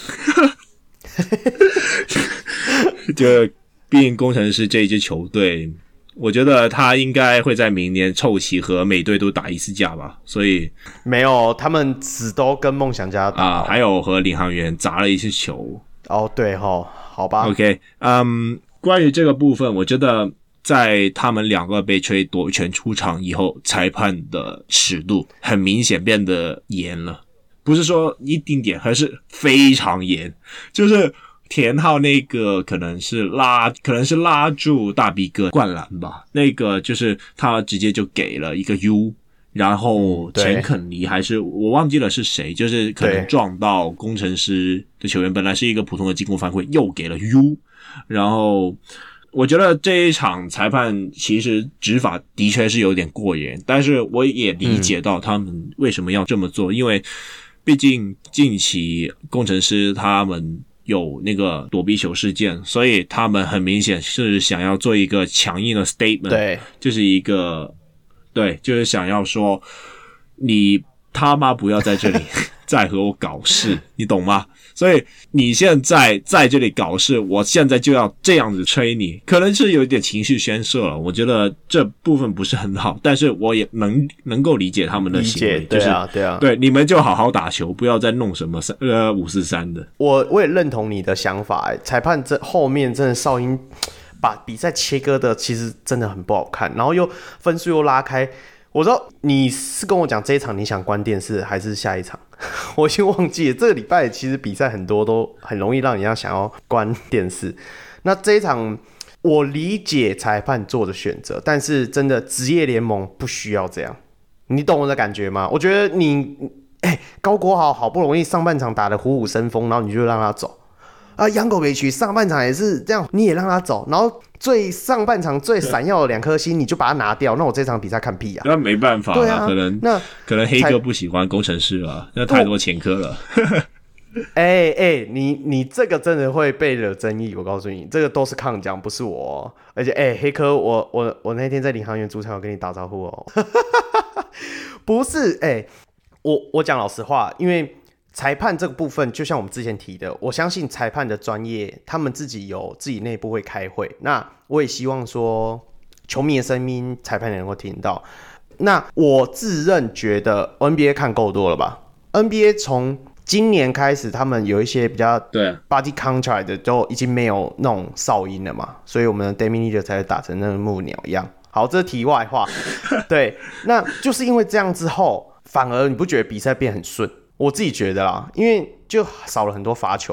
就毕竟工程师这一支球队，我觉得他应该会在明年凑齐和美队都打一次架吧，所以没有，他们只都跟梦想家打啊、还有和领航员砸了一次球。 哦，对齁，好吧。 OK， 嗯，关于这个部分，我觉得在他们两个被吹夺权出场以后，裁判的尺度很明显变得严了，不是说一丁点，而是非常严。就是田浩那个可能是拉，可能是拉住大逼哥灌篮吧，那个就是他直接就给了一个 U。然后陈肯尼还是我忘记了是谁，就是可能撞到工程师的球员，本来是一个普通的进攻犯规，又给了 U。然后我觉得这一场裁判其实执法的确是有点过严，但是我也理解到他们为什么要这么做，嗯、因为毕竟近期工程师他们有那个躲避球事件，所以他们很明显是想要做一个强硬的 statement， 对，就是一个。对，就是想要说，你他妈不要在这里再和我搞事，你懂吗？所以你现在在这里搞事，我现在就要这样子吹你，可能是有一点情绪宣泄了。我觉得这部分不是很好，但是我也能能够理解他们的行为， 理解，对啊，对啊， 对，你们就好好打球，不要再弄什么三呃五四三的。 我我也认同你的想法，欸，裁判这后面真的哨音。把比赛切割的其实真的很不好看，然后又分数又拉开。我知道你是跟我讲这一场你想关电视还是下一场，我已经忘记了。这个礼拜其实比赛很多都很容易让人家想要关电视。那这一场我理解裁判做的选择，但是真的职业联盟不需要这样，你懂我的感觉吗？我觉得你，欸、高国豪好不容易上半场打得虎虎生风，然后你就让他走。啊，杨狗北区上半场也是这样，你也让他走，然后最上半场最闪耀的两颗星，你就把它拿掉，那我这场比赛看屁啊！ 那没办法， 对啊， 可能那可能黑哥不喜欢工程师啊，那太多前科了。 哎哎、欸欸，你你这个真的会被惹争议，我告诉你，这个都是抗奖，不是我、哦。而且哎、欸，黑科，我我我那天在领航员主场有跟你打招呼哦。不是哎、欸，我我讲老实话，因为。裁判这个部分，就像我们之前提的，我相信裁判的专业，他们自己有自己内部会开会。那我也希望说，球迷的声音，裁判能够听到。那我自认觉得 N B A 看够多了吧 ？N B A 从今年开始，他们有一些比较 body contract 的都已经没有那种哨音了嘛，所以我们的 Damian Lillard 才打成那个木鸟一样。好，这是题外话。对，那就是因为这样之后，反而你不觉得比赛变很顺？我自己觉得啦，因为就少了很多罚球嘛。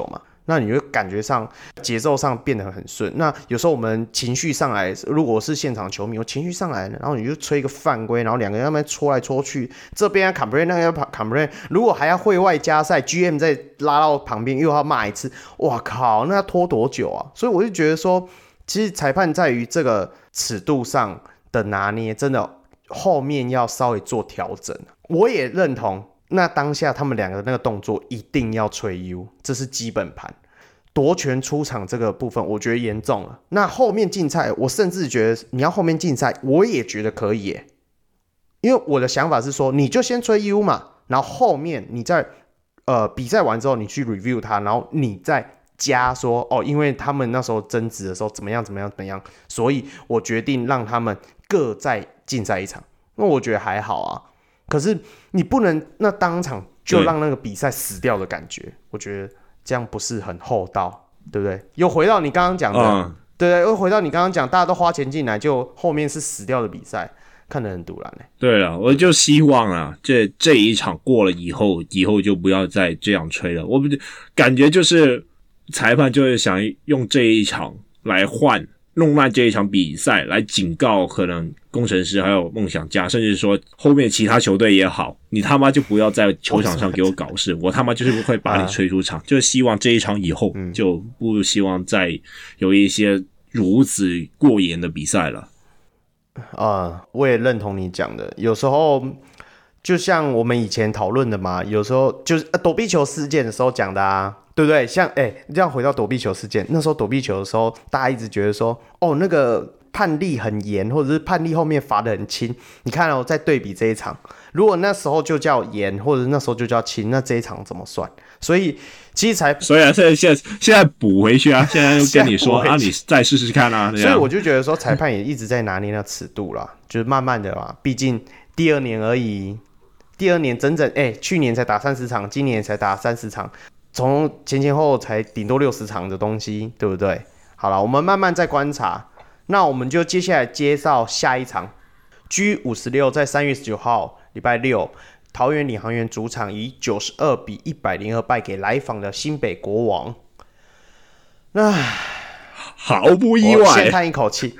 那你就感觉上节奏上变得很顺。那有时候我们情绪上来，如果是现场球迷，我情绪上来了，然后你就吹一个犯规，然后两个人在那边戳来戳去，这边要 complain 那个要 complain， 如果还要会外加赛 ，G M 再拉到旁边又要骂一次，哇靠，那要拖多久啊？所以我就觉得说，其实裁判在于这个尺度上的拿捏，真的后面要稍微做调整。我也认同。那当下他们两个的那个动作一定要吹 U， 这是基本盘。夺权出场这个部分，我觉得严重了。那后面竞赛，我甚至觉得你要后面竞赛，我也觉得可以耶。因为我的想法是说，你就先吹 U 嘛，然后后面你在呃比赛完之后，你去 review 它，然后你再加说哦，因为他们那时候争执的时候怎么样怎么样怎么样，所以我决定让他们各再竞赛一场。那我觉得还好啊。可是你不能那当场就让那个比赛死掉的感觉，我觉得这样不是很厚道，对不对？又回到你刚刚讲的，嗯、对对，又回到你刚刚讲，大家都花钱进来，就后面是死掉的比赛，看得很突然嘞。 对了，我就希望啊，这这一场过了以后，以后就不要再这样吹了。我感觉就是裁判就是想用这一场来换。弄烂这一场比赛来警告可能工程师还有梦想家，甚至说后面其他球队也好，你他妈就不要在球场上给我搞事，我他妈就是会把你吹出场。就是希望这一场以后就不希望再有一些如此过严的比赛了。 啊、呃，我也认同你讲的，有时候就像我们以前讨论的嘛，有时候就是躲避球事件的时候讲的啊。对不对？像哎，这样回到躲避球事件，那时候躲避球的时候，大家一直觉得说，哦，那个判例很严，或者是判例后面罚得很轻。你看哦，再对比这一场，如果那时候就叫严，或者那时候就叫轻，那这一场怎么算？所以其实才， 所以啊，现在现在现在补回去啊，现在又跟你说啊，你再试试看啊。 所以我就觉得说，裁判也一直在拿捏那尺度啦，就是慢慢的啦，毕竟第二年而已，第二年整整哎，去年才打三十场，今年才打三十场。从前前后后才顶多六十场的东西，对不对？好了，我们慢慢再观察。那我们就接下来介绍下一场 G 五十六，在三月十九号礼拜六，桃园领航员主场以九十二比一百零二败给来访的新北国王。那毫不意外， 我先叹一口气。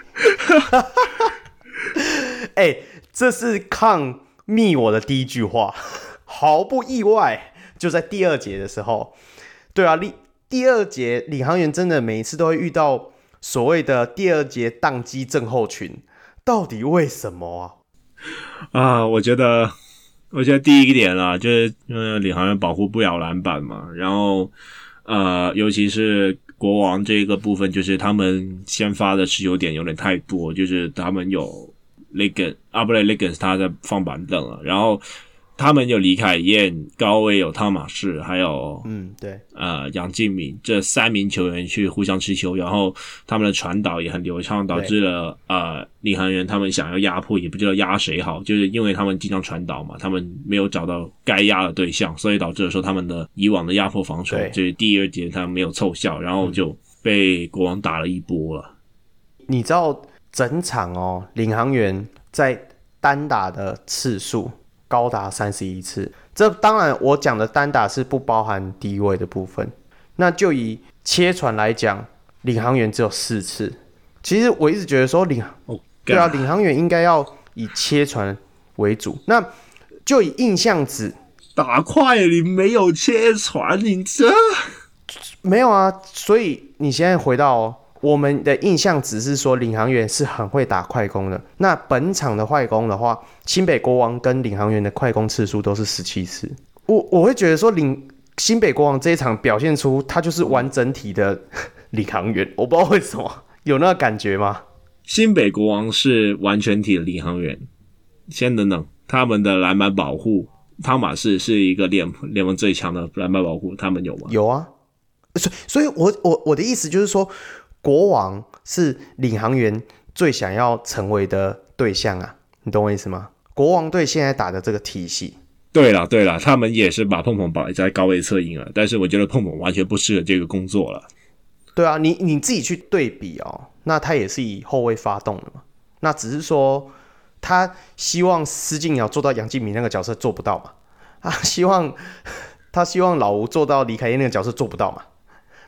哎、欸，这是抗密我的第一句话，毫不意外。就在第二节的时候，对啊，第二节领航员真的每一次都会遇到所谓的第二节宕机症候群，到底为什么啊？啊，我觉得，我觉得第一个点啊，就是呃，领航员保护不了篮板嘛，然后呃，尤其是国王这个部分，就是他们先发的持球点有点太多，就是他们有 Liggins 啊，不对 Liggins 他在放板凳了，然后。他们有李凯燕、高威有汤马士，还有嗯对呃杨敬敏这三名球员去互相持球，然后他们的传导也很流畅，导致了呃领航员他们想要压迫也不知道压谁好，就是因为他们经常传导嘛，他们没有找到该压的对象，所以导致了说他们的以往的压迫防守就是第二节他们没有凑效，然后就被国王打了一波了。 你知道整场哦，领航员在单打的次数高达三十一次，这当然我讲的单打是不包含低位的部分。那就以切传来讲，领航员只有四次。其实我一直觉得说领， oh, 对啊，领航员应该要以切传为主。那就以印象值打快你没有切传，你这没有啊。所以你现在回到、哦、我们的印象只是说领航员是很会打快攻的。那本场的快攻的话，新北国王跟领航员的快攻次数都是十七次。我我会觉得说领新北国王这一场表现出他就是完整体的领航员，我不知道为什么有那个感觉吗？ 新北国王是完全体的领航员。先等等，他们的篮板保护，汤马士是一个联联盟最强的篮板保护，他们有吗？ 有啊。所以，所以我我我的意思就是说，国王是领航员最想要成为的对象啊，你懂我意思吗？国王队现在打的这个体系， 对啦对啦，他们也是把碰碰摆在高位侧赢了，但是我觉得碰碰完全不适合这个工作了。 对啊，你你自己去对比哦，那他也是以后卫发动的嘛，那只是说他希望施晋尧做到杨敬敏那个角色做不到嘛，他希望他希望老吴做到李凯燕那个角色做不到嘛。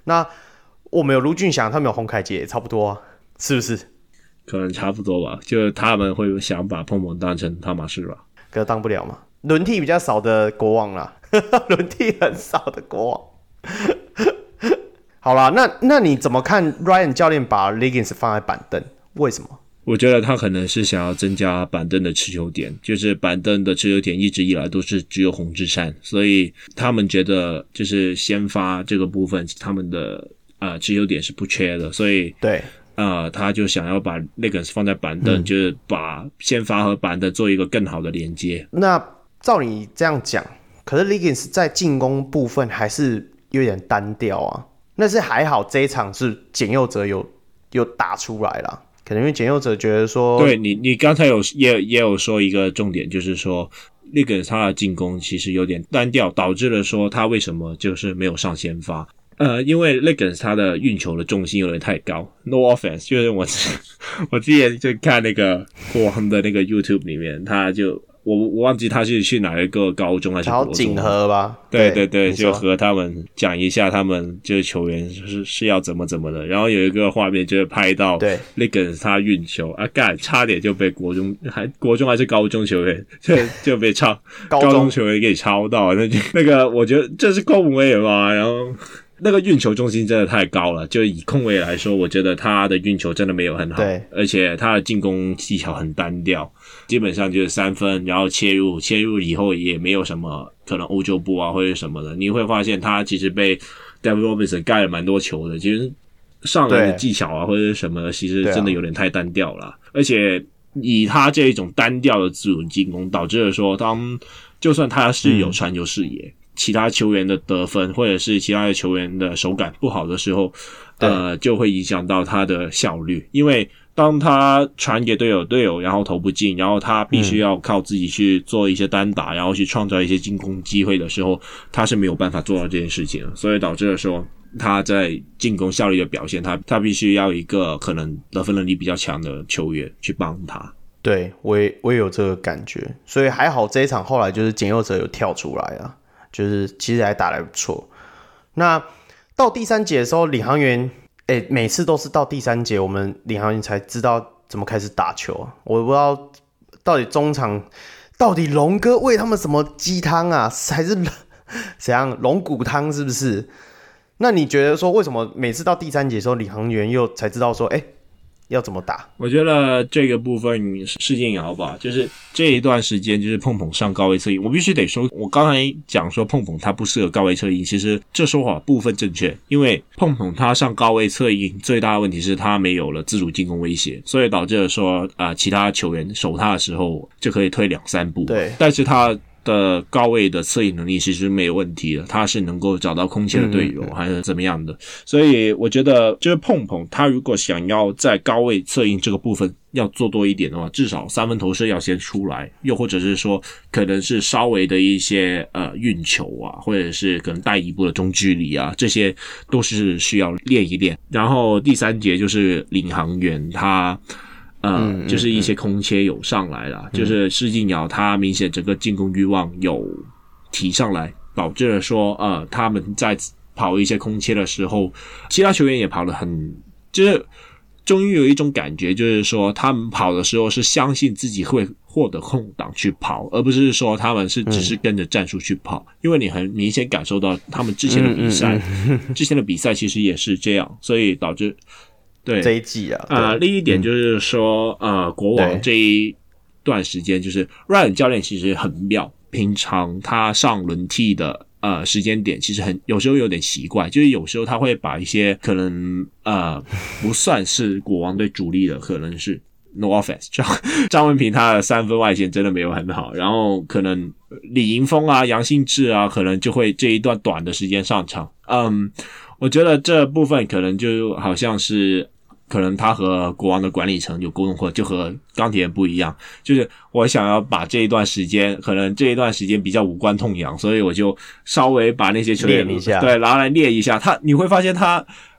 那我们有卢俊祥，他们有洪凯杰，也差不多啊，是不是？ 可能差不多吧，就是他们会想把碰碰当成汤马士吧， 可是当不了嘛。轮替比较少的国王啦，轮替很少的国王。好啦，那那你怎么看 Ryan 教练把 Liggins 放在板凳？为什么？ 我觉得他可能是想要增加板凳的持球点，就是板凳的持球点一直以来都是只有洪志善，所以他们觉得就是先发这个部分，他们的呃持球点是不缺的，所以对。 呃，他就想要把 Liggins 放在板凳、嗯，就是把先发和板凳做一个更好的连接。 那照你这样讲，可是 Liggins 在进攻部分还是有点单调啊。那是还好这一场是简佑哲有有打出来啦，可能因为简佑哲觉得说， 对你你刚才有也也有说一个重点，就是说 Liggins 他的进攻其实有点单调，导致了说他为什么就是没有上先发。呃，因为 Liggins 他的运球的重心有点太高 ，no offense， 就是我我之前就看那个国王的那个 YouTube 里面，他就我我忘记他是去哪一个高中还是国中， 锦和吧？ 对对对，就和他们讲一下他们就是球员是是要怎么怎么的，然后有一个画面就是拍到 Liggins 他运球啊，干差点就被国中还国中还是高中球员就就被抄高中球员给抄到，那就那个我觉得这是控卫嘛，然后。那个运球重心真的太高了，就以控卫来说，我觉得他的运球真的没有很好， 对， 而且他的进攻技巧很单调，基本上就是三分，然后切入，切入以后也没有什么可能欧洲步啊或者什么的，你会发现他其实被 David Robinson 盖了蛮多球的，其实上篮的技巧啊或者什么的，其实真的有点太单调了，而且以他这一种单调的自主进攻，导致了说，当就算他是有传球视野。嗯其他球员的得分，或者是其他的球员的手感不好的时候，呃，就会影响到他的效率。因为当他传给队友，队友然后投不进，然后他必须要靠自己去做一些单打，然后去创造一些进攻机会的时候，他是没有办法做到这件事情的，所以导致了说他在进攻效率的表现，他他必须要一个可能得分能力比较强的球员去帮他。 对，我也我也有这个感觉，所以还好这一场后来就是简佑哲有跳出来啊。就是其实还打得不错。那到第三节的时候，领航员，哎、欸，每次都是到第三节，我们领航员才知道怎么开始打球啊。我不知道到底中场到底龙哥喂他们什么鸡汤啊，还是怎样龙骨汤是不是？那你觉得说为什么每次到第三节的时候，领航员又才知道说，哎、欸？要怎么打？ 我觉得这个部分事件也好吧，就是这一段时间就是碰碰上高位策应，我必须得说，我刚才讲说碰碰他不适合高位策应，其实这说法部分正确，因为碰碰他上高位策应最大的问题是他没有了自主进攻威胁，所以导致了说啊、呃，其他球员守他的时候就可以推两三步， 对， 但是他的高位的策应能力其实没有问题的，他是能够找到空切的队友、嗯、还是怎么样的，所以我觉得就是碰碰他如果想要在高位策应这个部分要做多一点的话，至少三分投射要先出来，又或者是说可能是稍微的一些呃运球啊，或者是可能带一步的中距离啊，这些都是需要练一练。然后第三节就是领航员他呃、嗯，就是一些空切有上来了、嗯，就是施晋尧他明显整个进攻欲望有提上来，导致了说呃他们在跑一些空切的时候，其他球员也跑得很，就是终于有一种感觉，就是说他们跑的时候是相信自己会获得空档去跑，而不是说他们是只是跟着战术去跑、嗯，因为你很明显感受到他们之前的比赛，嗯嗯嗯之前的比赛其实也是这样，所以导致。对这一季啊， 呃，另一点就是说，嗯、呃，国王这一段时间，就是 Ryan 教练其实很妙，平常他上轮替的呃时间点，其实很有时候有点奇怪，就是有时候他会把一些可能呃不算是国王队主力的，可能是 no offense 张张文平他的三分外线真的没有很好，然后可能李盈峰啊、杨信志啊，可能就会这一段短的时间上场，嗯，我觉得这部分可能就好像是。可能他和国王的管理层有沟通过，就和钢铁人不一样，就是我想要把这一段时间，可能这一段时间比较无关痛痒，所以我就稍微把那些球员练一下， 对，拿来练一下。他你会发现他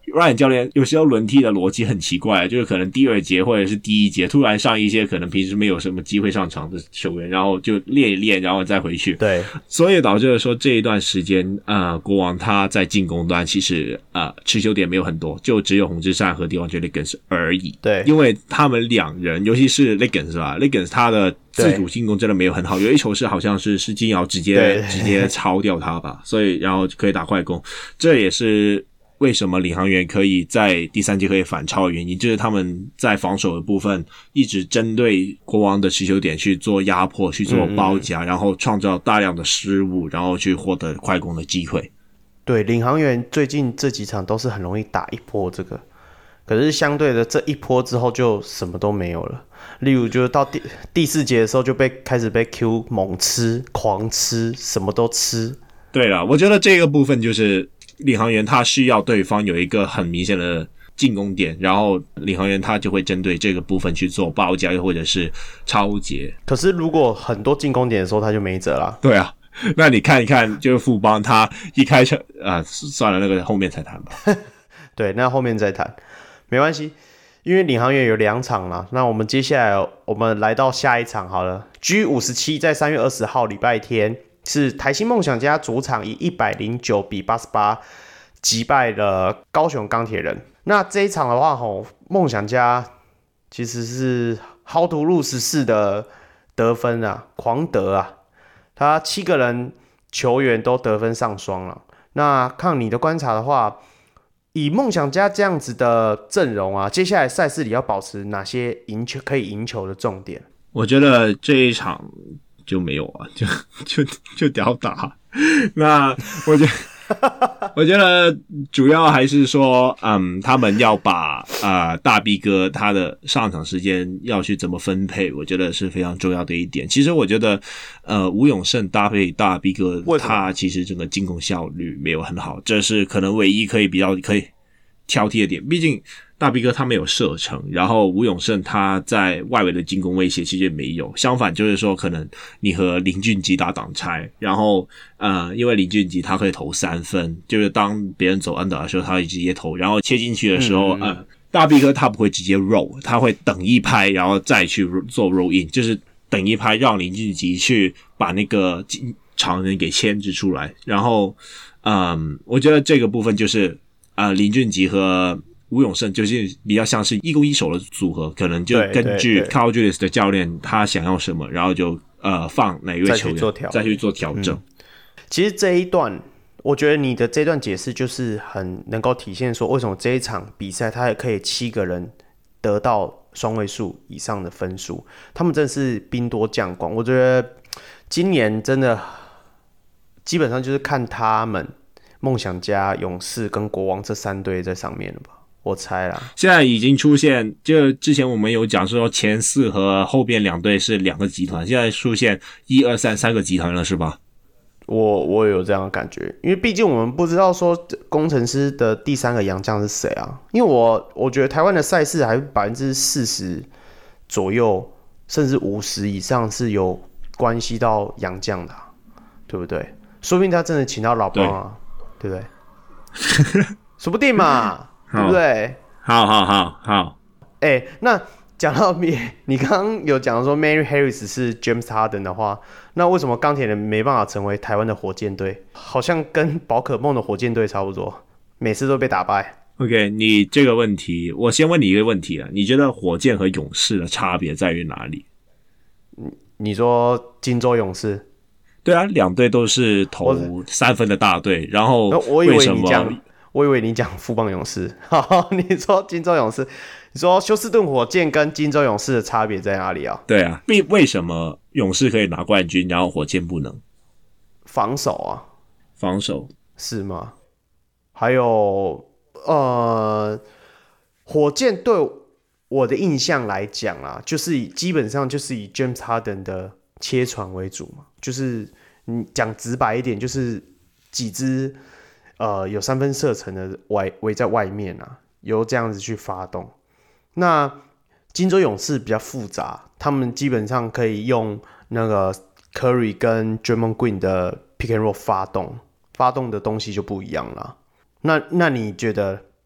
Ryan 教练有时候轮替的逻辑很奇怪，就是可能第二节或者是第一节突然上一些可能平时没有什么机会上场的球员，然后就练一练，然后再回去。 对， 所以导致了说这一段时间，呃，国王他在进攻端其实呃持球点没有很多，就只有洪志善和 Devontae Liggins 而已。 对， 因为他们两人，尤其是 Liggins 吧 ，Liggins 他的自主进攻真的没有很好，有一球是好像是是金瑶直接直接抄掉他吧，所以然后可以打快攻，这也是为什么领航员可以在第三节可以反超的原因，就是他们在防守的部分一直针对国王的持球点去做压迫，去做包夹，嗯嗯然后创造大量的失误，然后去获得快攻的机会。 对，领航员最近这几场都是很容易打一波这个，可是相对的这一波之后就什么都没有了。例如就是到第第四节的时候就被开始被 Q 猛吃狂吃，什么都吃。 对了，我觉得这个部分就是领航员他需要对方有一个很明显的进攻点，然后领航员他就会针对这个部分去做包夹或者是抄截。 可是如果很多进攻点的时候他就没辙啦。 对啊，那你看一看就是富邦他一开场啊，算了，那个后面再谈吧。 对，那后面再谈没关系，因为领航员有两场啦。那我们接下来我们来到下一场好了。 G 五十七 在三月二十号礼拜天是台新梦想家主场以一百零九比八十八击败了高雄钢铁人。那这一场的话吼，梦想家其实是豪图路十四的得分啊，狂得啊，他七个人球员都得分上双了。那看你的观察的话，以梦想家这样子的阵容啊，接下来赛事里要保持哪些赢球可以赢球的重点？ 我觉得这一场就没有啊，就就就屌打。那我觉得，我觉得主要还是说，嗯，他们要把呃大 B 哥他的上场时间要去怎么分配，我觉得是非常重要的一点。其实我觉得，呃，吴永胜搭配大 B 哥，他其实整个进攻效率没有很好，这是可能唯一可以比较可以挑剔的点。毕竟大 B 哥他没有射程，然后吴永胜他在外围的进攻威胁其实也没有。相反就是说，可能你和林俊吉打挡拆，然后呃，因为林俊吉他可以投三分，就是当别人走 under 的时候，他会直接投，然后切进去的时候，嗯、呃，大 B 哥他不会直接 roll， 他会等一拍，然后再去做 roll in， 就是等一拍让林俊吉去把那个常人给牵制出来。然后，嗯，我觉得这个部分就是呃，林俊吉和吴永胜就是比较像是一攻一守的组合，可能就根据 Carl Julius 的教练他想要什么，然后就呃放哪一位球员再去做调整、嗯。 其实这一段，我觉得你的这段解释就是很能够体现说，为什么这一场比赛他也可以七个人得到双位数以上的分数，他们真的是兵多将广。我觉得今年真的基本上就是看他们梦想家、勇士跟国王这三队在上面了吧。我猜啦， 现在已经出现，就之前我们有讲说前四和后边两队是两个集团，现在出现一二三三个集团了，是吧？ 我我有这样的感觉，因为毕竟我们不知道说工程师的第三个洋将是谁啊。因为我我觉得台湾的赛事还百分之四十左右，甚至五十以上是有关系到洋将的、啊，对不对？说不定他真的请到老邦啊，对, 对不对？说不定嘛。对不对？ 好好好好。 哎、欸，那讲到你刚刚有讲说 Mary Harris 是 James Harden 的话，那为什么钢铁人没办法成为台湾的火箭队？好像跟宝可梦的火箭队差不多，每次都被打败。 OK， 你这个问题，我先问你一个问题啊，你觉得火箭和勇士的差别在于哪里？ 你说金州勇士？ 对啊，两队都是投三分的大队，然后我以为你讲。我以为你讲富邦勇士，好，你说金州勇士，你说休斯顿火箭跟金州勇士的差别在哪里啊？ 对啊，为为什么勇士可以拿冠军，然后火箭不能？ 防守啊， 防守是吗？还有呃，火箭对我的印象来讲啊，就是以基本上就是以 James Harden 的切传为主嘛，就是你讲直白一点，就是几支。呃，有三分射程的围围在外面啊，由这样子去发动。那金州勇士比较复杂，他们基本上可以用那个 Curry 跟 Draymond Green 的 pick and roll 发动，发动的东西就不一样了。那那你觉得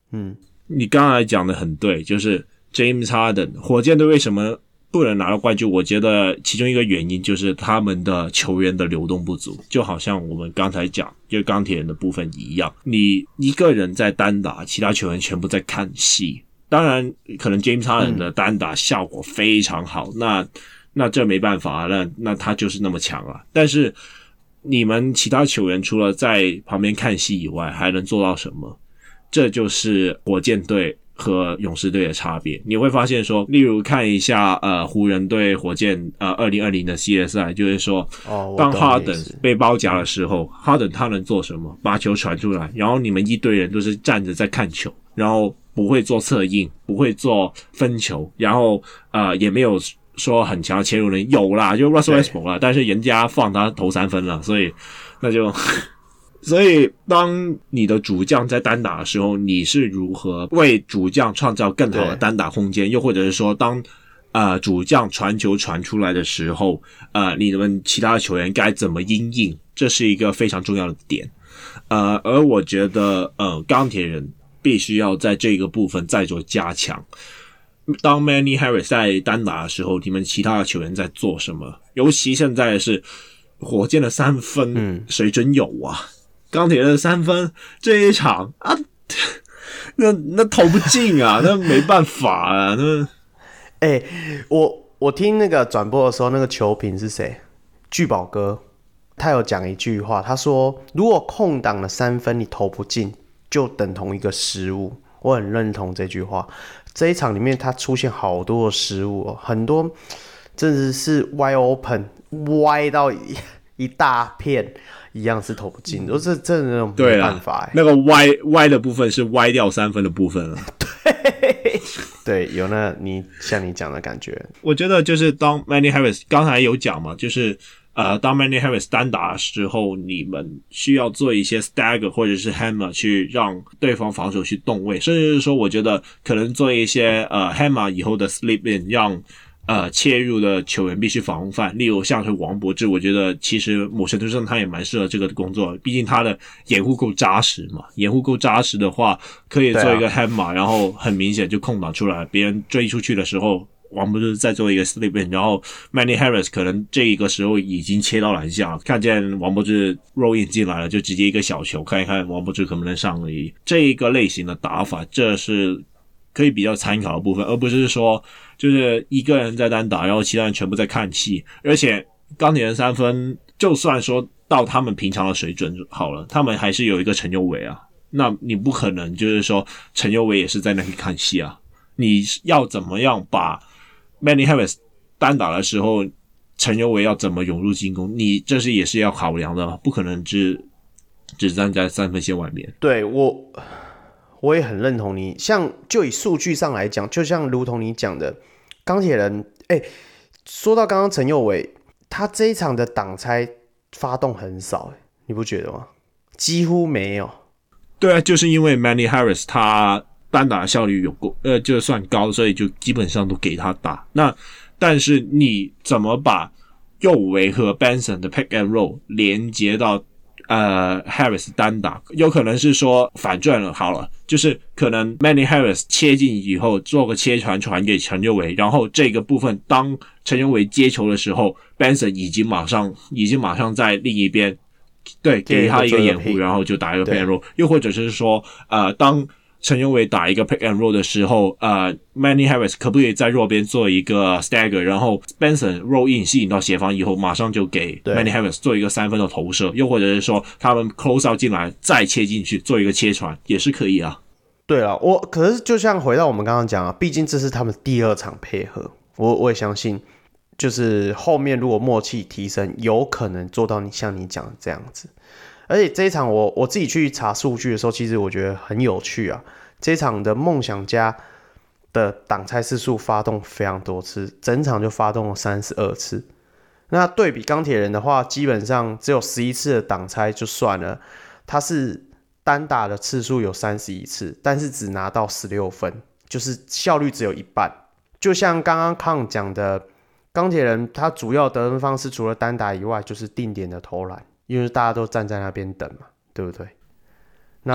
嗯， 你刚才讲的很对，就是 James Harden 火箭队为什么不能拿到冠军？我觉得其中一个原因就是他们的球员的流动不足，就好像我们刚才讲就钢铁人的部分一样，你一个人在单打，其他球员全部在看戏。当然，可能 James Harden 的单打效果非常好，嗯、那那这没办法，那那他就是那么强啊。但是你们其他球员除了在旁边看戏以外，还能做到什么？这就是火箭队和勇士队的差别。你会发现说，例如看一下呃湖人对火箭呃二零二零的系列赛，就是说， 哦、 当哈登被包夹的时候，哈登他能做什么？把球传出来，然后你们一堆人都是站着在看球，然后不会做策应，不会做分球，然后呃也没有说很强的切入能力，有啦，就 Russell Westbrook 啦，但是人家放他投三分了，所以那就。所以当你的主将在单打的时候，你是如何为主将创造更好的单打空间？又或者是说当呃主将传球传出来的时候，呃你们其他的球员该怎么因应？这是一个非常重要的点。呃而我觉得呃钢铁人必须要在这个部分再做加强。当 Manny Harris 在单打的时候，你们其他的球员在做什么？尤其现在是火箭的三分水准有啊。嗯，钢铁人的三分这一场啊，那那投不进啊，那没办法啊，那， 哎、欸，我我听那个转播的时候，那个球评是谁？聚宝哥，他有讲一句话，他说：“如果空档的三分你投不进，就等同一个失误。”我很认同这句话。这一场里面，他出现好多的失误、哦，很多真的是 wide open， 歪到一, 一大片。一样是投不进的，这真的没办法、欸。 那个歪歪的部分是歪掉三分的部分了。 对，对，有那你像你讲的感觉。 我觉得就是当 Manny Harris 刚才有讲嘛，就是呃，当 Manny Harris 单打的时候，你们需要做一些 stagger 或者是 hammer 去让对方防守去动位，甚至是说，我觉得可能做一些呃 hammer 以后的 slip in， 让呃，切入的球员必须防范，例如像是王柏智，我觉得其实某程度上他也蛮适合这个工作，毕竟他的掩护够扎实嘛，掩护够扎实的话，可以做一个 hammer，、啊、然后很明显就空档出来，别人追出去的时候，王柏智再做一个 slip in， 然后 Manny Harris 可能这个时候已经切到篮下，看见王柏智 roll in 进来了，就直接一个小球，看一看王柏智可不能上而已。这一个类型的打法，这是可以比较参考的部分，而不是说就是一个人在单打，然后其他人全部在看戏。而且钢铁人三分，就算说到他们平常的水准好了，他们还是有一个陈佑伟啊，那你不可能就是说陈佑伟也是在那里看戏啊。你要怎么样把 Manny Harris 单打的时候，陈佑伟要怎么涌入进攻？你这是也是要考量的，不可能只只站在三分线外面。 对，我我也很认同你。像就以数据上来讲，就像如同你讲的，钢铁人，哎，说到刚刚陈佑伟，他这一场的挡拆发动很少，你不觉得吗？几乎没有。 对啊，就是因为 Manny Harris 他单打效率有够，呃，就算高，所以就基本上都给他打。那但是你怎么把右维和 Benson 的 pick and roll 连接到呃 Harris 单打？有可能是说反转了，好了，就是可能 Manny Harris 切进以后做个切传传给陈佑维，然后这个部分当陈佑维接球的时候 Benson 已经马上已经马上在另一边。对，给他一个掩护，然后就打一个 pick and roll， 又或者是说，呃，当陈佑伟打一个 pick and roll 的时候，呃 ，Manny Harris 可不可以在弱边做一个 stagger， 然后 Benson roll in 吸引到协防以后，马上就给 Manny Harris 做一个三分的投射，又或者是说他们 close out 进来再切进去做一个切传，也是可以啊。 对了，我可是就像回到我们刚刚讲啊，毕竟这是他们第二场配合，我我也相信。就是后面如果默契提升，有可能做到你像你讲的这样子。而且这一场我我自己去查数据的时候，其实我觉得很有趣啊。这一场的梦想家的挡拆次数发动非常多次，整场就发动了三十二次。那对比钢铁人的话，基本上只有十一次的挡拆就算了，他是单打的次数有三十一次，但是只拿到十六分，就是效率只有一半。就像刚刚康讲的。钢铁人他主要得分方式除了单打以外，就是定点的投篮，因为大家都站在那边等嘛，对不对？那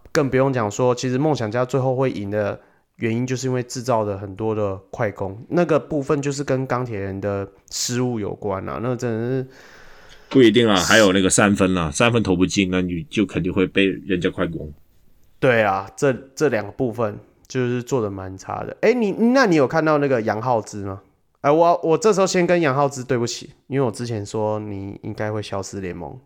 更不用讲说，其实梦想家最后会赢的原因，就是因为制造的很多的快攻，那个部分就是跟钢铁人的失误有关啊，那真的是不一定啦，还有那个三分啦，三分投不进，那你就肯定会被人家快攻。 对啊，这这两个部分就是做的蛮差的。哎，你那你有看到那个杨浩之吗？哎，我我这时候先跟杨浩之对不起，因为我之前说你应该会消失联盟。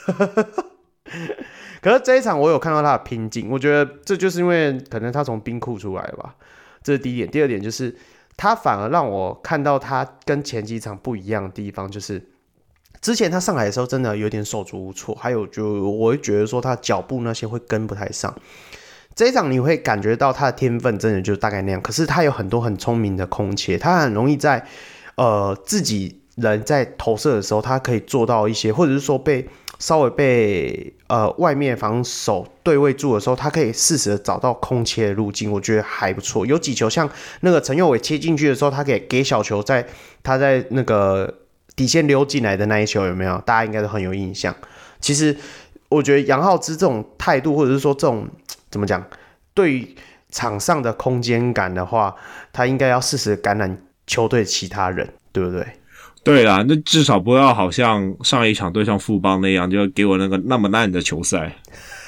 可是这一场我有看到他的拼劲，我觉得这就是因为可能他从冰库出来吧，这是第一点。第二点就是他反而让我看到他跟前几场不一样的地方，就是之前他上来的时候真的有点手足无措，还有就我会觉得说他脚步那些会跟不太上。这一场你会感觉到他的天分真的就大概那样，可是他有很多很聪明的空切，他很容易在呃自己人在投射的时候，他可以做到一些，或者是说被稍微被呃外面防守对位住的时候，他可以适时的找到空切的路径，我觉得还不错。有几球像那个陈佑伟切进去的时候，他可以给小球在他在那个底线溜进来的那一球有没有？大家应该都很有印象。其实我觉得杨浩之这种态度，或者是说这种怎么讲，对于场上的空间感的话，他应该要适时感染球队其他人，对不对？ 对啦，那至少不要好像上一场对上富邦那样，就给我那个那么烂的球赛。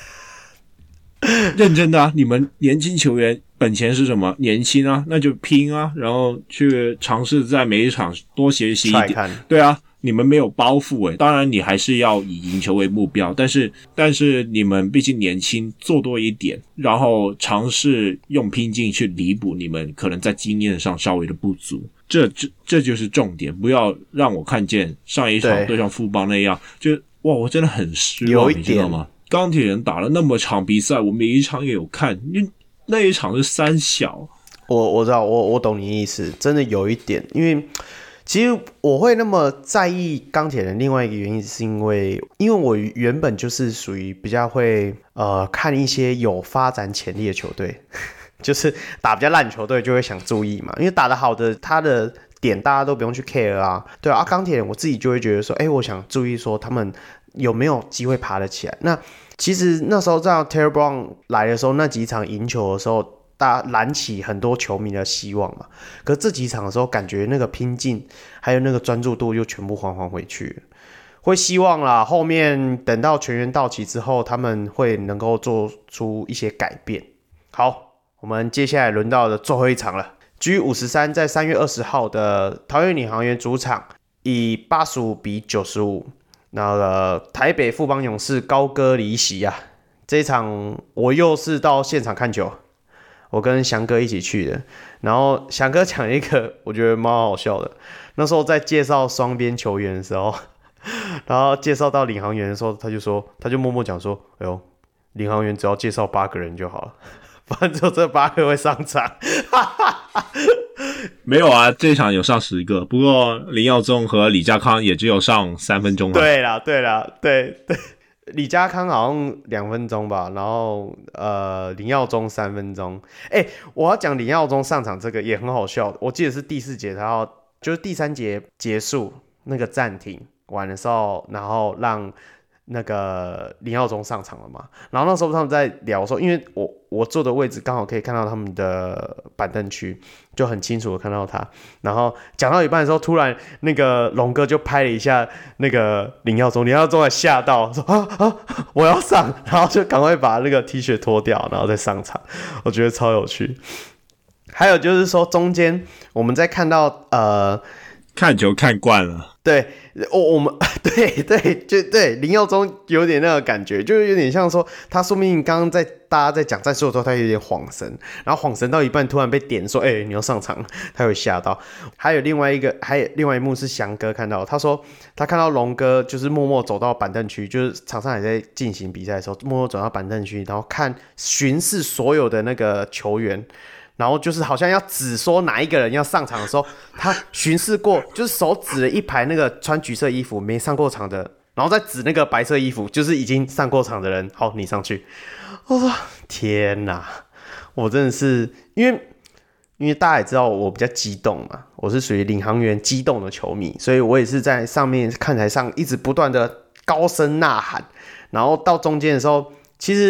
认真的啊，你们年轻球员本钱是什么？年轻啊，那就拼啊，然后去尝试在每一场多学习一点。对啊，你们没有包袱诶，当然你还是要以赢球为目标，但是但是你们毕竟年轻，做多一点，然后尝试用拼劲去弥补你们可能在经验上稍微的不足。这这这就是重点，不要让我看见上一场对上富邦那样，就哇，我真的很失望，你知道吗？钢铁人打了那么场比赛，我每一场也有看，因为那一场是三小。 我我知道，我我懂你意思，真的有一点，因为其实我会那么在意钢铁人，另外一个原因是因为，因为我原本就是属于比较会呃看一些有发展潜力的球队。就是打比较烂球队就会想注意嘛，因为打得好的他的点大家都不用去 care 啊，对啊，钢铁人我自己就会觉得说，哎、欸，我想注意说他们有没有机会爬得起来。那其实那时候在 Terry Brown 来的时候，那几场赢球的时候，大家燃起很多球迷的希望嘛。可是这几场的时候，感觉那个拼劲还有那个专注度又全部还还回去了。会希望啦，后面等到全员到齐之后，他们会能够做出一些改变。好。我们接下来轮到的最后一场了 ，G 五十三在三月二十号的桃园领航员主场以八十五比九十五，那个台北富邦勇士高歌离席啊。这一场我又是到现场看球，我跟翔哥一起去的。然后翔哥讲一个我觉得蛮好笑的，那时候在介绍双边球员的时候，然后介绍到领航员的时候，他就说，他就默默讲说，哎呦，领航员只要介绍八个人就好了。反正只有这八个会上场， 没有啊，这场有上十个，不过林耀宗和李家康也只有上三分钟、啊。 对啦，对啦，对对，李家康好像两分钟吧，然后呃林耀宗三分钟。哎、欸，我要讲林耀宗上场这个也很好笑，我记得是第四节他要就是第三节结束那个暂停完的时候，然后让。那个林耀宗上场了嘛？然后那时候他们在聊的时候，因为我我坐的位置刚好可以看到他们的板凳区，就很清楚的看到他。然后讲到一半的时候，突然那个龙哥就拍了一下那个林耀宗，林耀宗还吓到说啊啊我要上，然后就赶快把那个 T 恤脱掉，然后再上场。我觉得超有趣。还有就是说中间我们在看到呃。 看球看惯了， 对，我我们对对就对林耀宗有点那个感觉，就是有点像说他说不定刚刚在大家在讲战术的时候，他有点晃神，然后晃神到一半突然被点说，哎、欸，你要上场，他会吓到。还有另外一个，还有另外一幕是翔哥看到，他说他看到龙哥就是默默走到板凳区，就是场上还在进行比赛的时候，默默走到板凳区，然后看巡视所有的那个球员。然后就是好像要指说哪一个人要上场的时候，他巡视过，就是手指了一排那个穿橘色衣服没上过场的，然后再指那个白色衣服，就是已经上过场的人，好，你上去。我说天哪，我真的是因为因为大家也知道我比较激动嘛，我是属于领航员激动的球迷，所以我也是在上面看台上一直不断的高声呐喊，然后到中间的时候，其实。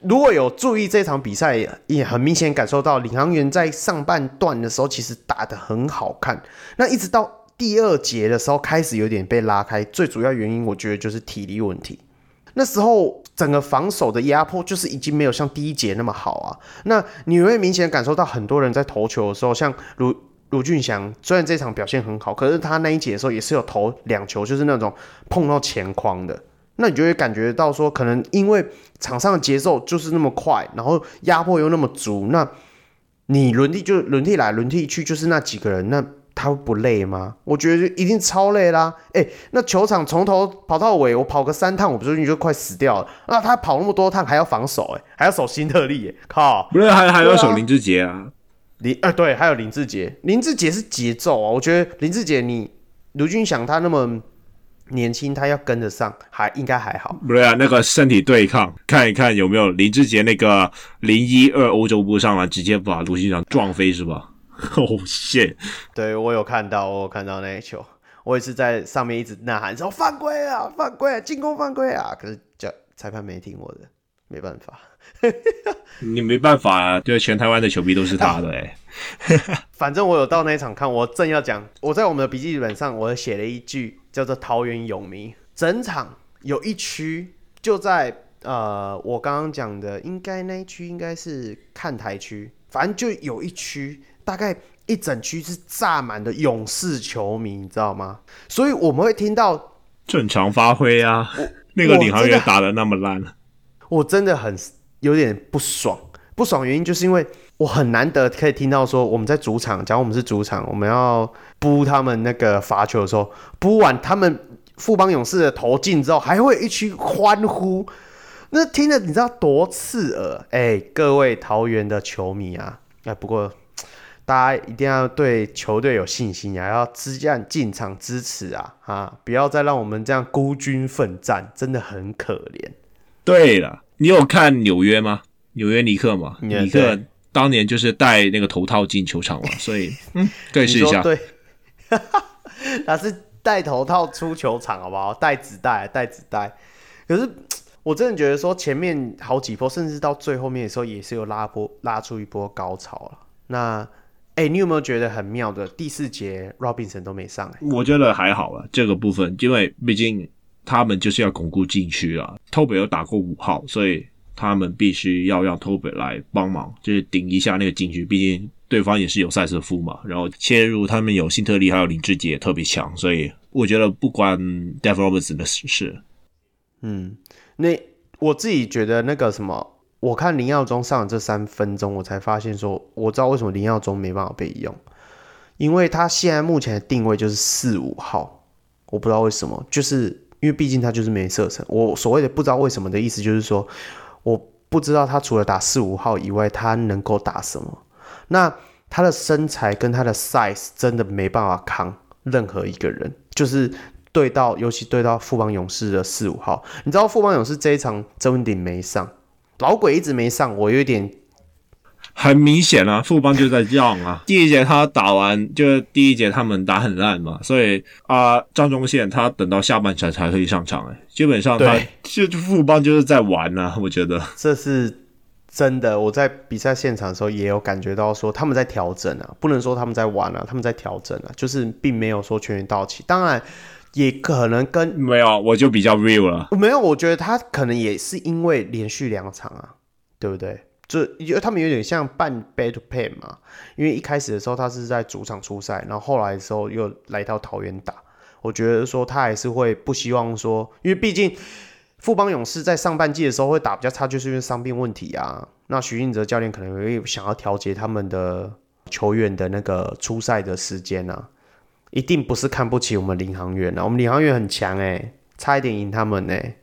如果有注意这场比赛，也很明显感受到领航员在上半段的时候其实打得很好看，那一直到第二节的时候开始有点被拉开，最主要原因我觉得就是体力问题。那时候整个防守的压迫就是已经没有像第一节那么好啊。那你会明显感受到很多人在投球的时候，像卢卢俊祥，虽然这场表现很好，可是他那一节的时候也是有投两球，就是那种碰到前框的。那你就会感觉到说，可能因为场上的节奏就是那么快，然后压迫又那么足，那你轮替就轮替来轮替去，就是那几个人，那他会不累吗？我觉得一定超累啦！哎、欸，那球场从头跑到尾，我跑个三趟，我不是就快死掉了？那他跑那么多趟还要防守、欸，哎，还要守辛特利、欸，靠！ 不是还还要守林志杰啊？ 林呃对，还有林志杰，林志杰是节奏啊，我觉得林志杰你卢俊祥他那么年轻，他要跟得上，还应该还好。 不是啊，那个身体对抗，看一看有没有林志杰那个零一二欧洲步上来，直接把卢俊祥撞飞是吧？哦、oh, shit！ 对，我有看到，我有看到那一球，我也是在上面一直呐喊说犯规啊，犯规啊，进攻犯规啊！可是裁判没听我的，没办法。 你没办法啊，对，全台湾的球迷都是他的哎、 欸。反正我有到那一场看，我正要讲，我在我们的笔记本上我写了一句叫做“桃园泳迷”，整场有一区就在呃，我刚刚讲的，应该那一区应该是看台区，反正就有一区。大概一整区是炸满的勇士球迷，你知道吗？所以我们会听到正常发挥啊，那个领航员打得那么烂， 我真的很有点不爽。不爽原因就是因为我很难得可以听到说我们在主场，假如我们是主场，我们要扑他们那个罚球的时候，扑完他们富邦勇士的投进之后，还会有一区欢呼，那听着你知道多刺耳？哎、欸，各位桃园的球迷啊，哎，不过。大家一定要对球队有信心啊，要支将进场支持啊，啊！不要再让我们这样孤军奋战，真的很可怜。 对了，你有看纽约吗？纽约尼克嘛，尼克当年就是戴那个头套进球场嘛，所以嗯，对视一下。 对，他是戴头套出球场，好不好？戴纸袋，戴纸袋。可是我真的觉得说，前面好几波，甚至到最后面的时候，也是有拉波拉出一波高潮了。那哎、欸，你有没有觉得很妙的？第四节 Robinson 都没上、欸， 我觉得还好啊，这个部分，因为毕竟他们就是要巩固禁区啊。Toby 有打过五号，所以他们必须要让 Toby 来帮忙，就是顶一下那个禁区。毕竟对方也是有塞瑟夫嘛，然后切入他们有辛特利还有林志杰特别强，所以我觉得不关 Dev Robinson 的事。 嗯，那我自己觉得那个什么。我看林耀宗上了这三分钟，我才发现说，我知道为什么林耀宗没办法被用，因为他现在目前的定位就是四五号，我不知道为什么，就是因为毕竟他就是没射程。我所谓的不知道为什么的意思就是说，我不知道他除了打四五号以外，他能够打什么。那他的身材跟他的 size 真的没办法扛任何一个人，就是对到，尤其对到富邦勇士的四五号，你知道富邦勇士这一场曾文鼎没上。老鬼一直没上，我有点很明显啊，富邦就在让啊。第一节他打完，就是第一节他们打很烂嘛，所以啊，张宗宪他等到下半场才可以上场、欸，基本上他就富邦就是在玩啊，我觉得这是真的。我在比赛现场的时候也有感觉到说他们在调整啊，不能说他们在玩啊，他们在调整啊，就是并没有说全员到齐。当然。也可能跟没有，我就比较 real 了。 没有，我觉得他可能也是因为连续两场啊，对不对？就他们有点像半 back to back 嘛，因为一开始的时候他是在主场出赛，然后后来的时候又来到桃园打。我觉得说他还是会不希望说，因为毕竟富邦勇士在上半季的时候会打比较差，就是因为伤病问题啊。那许晋哲教练可能会想要调节他们的球员的那个出赛的时间啊。一定不是看不起我们领航员啊，我们领航员很强哎、欸，差一点赢他们哎、欸。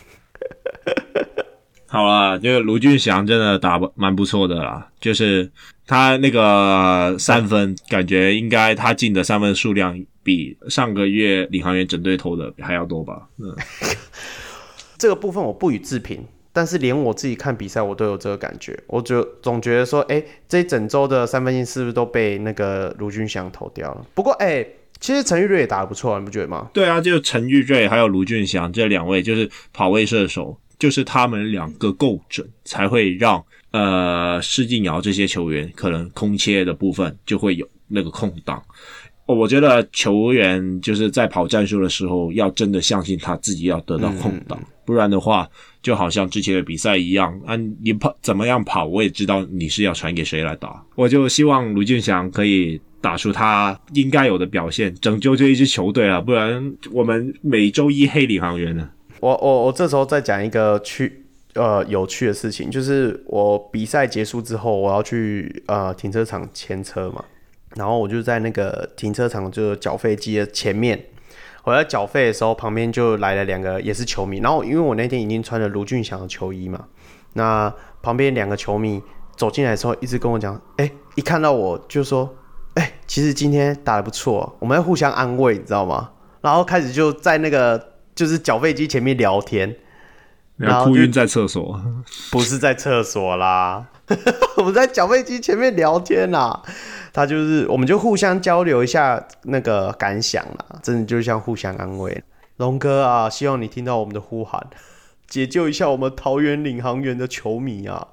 好啦，就是卢俊祥真的打蛮不错的啦，就是他那个三分，感觉应该他进的三分数量比上个月领航员整队投的还要多吧？嗯， 这个部分我不予置评。但是连我自己看比赛，我都有这个感觉，我就总觉得说，哎、欸，这一整周的三分线是不是都被那个卢俊祥投掉了？不过，哎、欸，其实陈玉瑞也打得不错、啊，你不觉得吗？ 对啊，就陈玉瑞还有卢俊祥这两位就是跑位射手， 就是他们两个够准，才会让呃施晋尧这些球员可能空切的部分就会有那个空档。我觉得球员就是在跑战术的时候，要真的相信他自己要得到空档，嗯、不然的话，就好像之前的比赛一样，啊，你跑怎么样跑，我也知道你是要传给谁来打。我就希望卢峻翔可以打出他应该有的表现，拯救这一支球队了，不然我们每周一黑领航员呢。 我我我这时候再讲一个趣呃有趣的事情，就是我比赛结束之后，我要去呃停车场牵车嘛。然后我就在那个停车场，就是缴费机的前面。我在缴费的时候，旁边就来了两个也是球迷。然后因为我那天已经穿了卢峻翔的球衣嘛，那旁边两个球迷走进来的时候，一直跟我讲，哎、欸，一看到我就说，哎、欸，其实今天打得不错，我们要互相安慰，你知道吗？然后开始就在那个就是缴费机前面聊天。 然后哭晕在厕所？ 不是在厕所啦，我们在缴费机前面聊天啦。他就是，我们就互相交流一下那个感想啦，真的就像互相安慰。龙哥啊，希望你听到我们的呼喊，解救一下我们桃园领航员的球迷啊！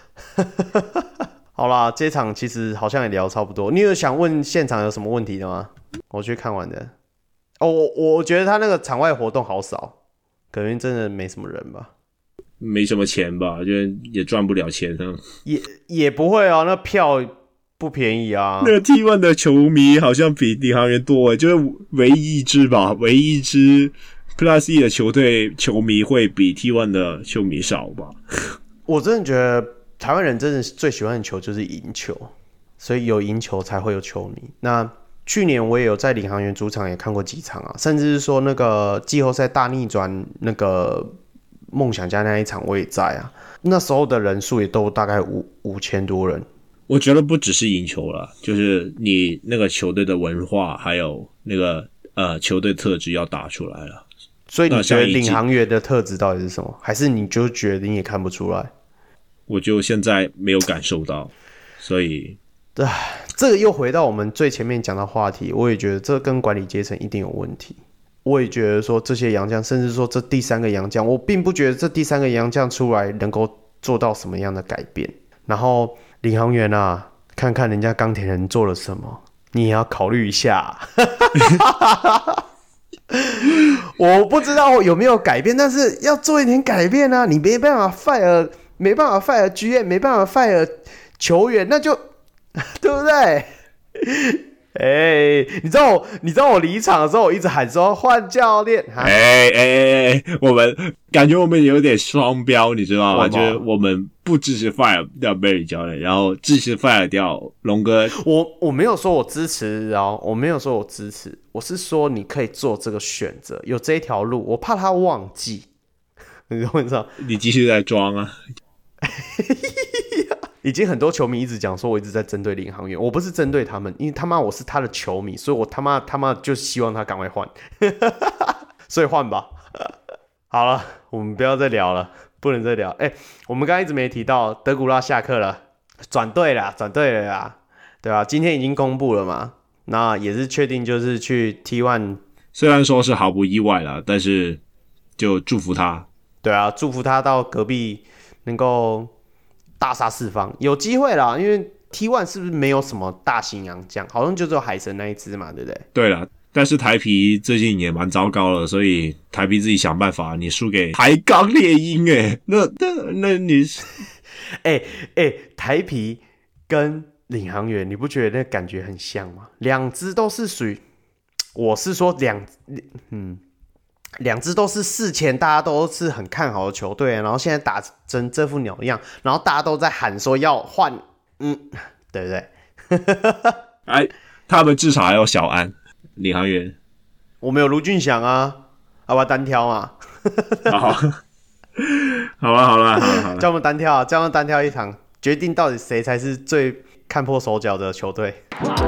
好啦，这场其实好像也聊差不多。你有想问现场有什么问题的吗？我去看完的。哦，我我觉得他那个场外活动好少，可能真的没什么人吧。 没什么钱吧，就也赚不了钱啊。 也也不会啊，那票不便宜啊。 那个 T 一 的球迷好像比领航员多，就是唯一一支吧，唯一一支 Plus E 的球队球迷会比 T 一 的球迷少吧。 我真的觉得台湾人真的最喜欢的球就是赢球，所以有赢球才会有球迷。那去年我也有在领航员主场也看过几场啊，甚至是说那个季后赛大逆转那个梦想家那一场我也在啊，那时候的人数也都大概五五千多人。 我觉得不只是赢球了，就是你那个球队的文化，还有那个呃球队特质要打出来了。 所以你觉得领航员的特质到底是什么？还是你就觉得你也看不出来？ 我就现在没有感受到，所以对，这个又回到我们最前面讲的话题，我也觉得这跟管理阶层一定有问题。我也觉得说这些洋将，甚至说这第三个洋将，我并不觉得这第三个洋将出来能够做到什么样的改变。然后领航员啊，看看人家钢铁人做了什么，你也要考虑一下。我不知道有没有改变，但是要做一点改变啊！你没办法 fire， 没办法 fire G M， 没办法 fire 球员，那就对不对？哎、欸，你知道我，你知道我离场的时候，我一直喊说换教练。 哎哎哎，我们感觉我们有点双标，你知道吗？就是我们不支持 fire 掉 Barry 教练，然后支持 fire 掉龙哥。 我我没有说我支持，然后我没有说我支持，我是说你可以做这个选择，有这一条路，我怕他忘记。你知道？ 你继续在装啊。 已经很多球迷一直讲说我一直在针对领航员，我不是针对他们，因为他妈我是他的球迷，所以我他妈他妈就希望他赶快换，所以换吧。好了，我们不要再聊了，不能再聊。哎、欸，我们刚刚一直没提到德古拉下课了，转队了，转队了啦，对吧、啊？今天已经公布了嘛，那也是确定就是去 T 一， 虽然说是毫不意外啦，但是就祝福他。 对啊，祝福他到隔壁能够大杀四方，有机会啦，因为 T 一 是不是没有什么大型洋将，好像就只有海神那一支嘛，对不对？ 对啦，但是台啤最近也蛮糟糕了，所以台啤自己想办法。你输给台钢猎鹰，哎，那那那你， 哎哎、欸欸，台啤跟领航员，你不觉得那感觉很像吗？两支都是属于，我是说两，嗯。两支都是事前大家都是很看好的球队，然后现在打成这副鸟样，然后大家都在喊说要换，嗯，对不对？ 哎，他们至少还有小安领航员， 我们有卢峻翔啊，要不要单挑嘛？ 好，好了好了好了好了， 叫我们单挑，叫我们单挑一场，决定到底谁才是最看破手脚的球队。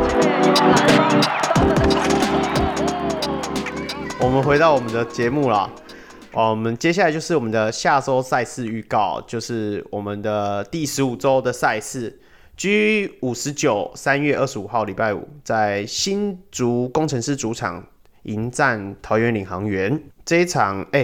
我们回到我们的节目啦，哦，我们接下来就是我们的下周赛事预告，就是我们的第十五周的赛事 G 五十九，三月二十五号礼拜五，在新竹工程师主场迎战桃园领航员。这一场，哎、欸，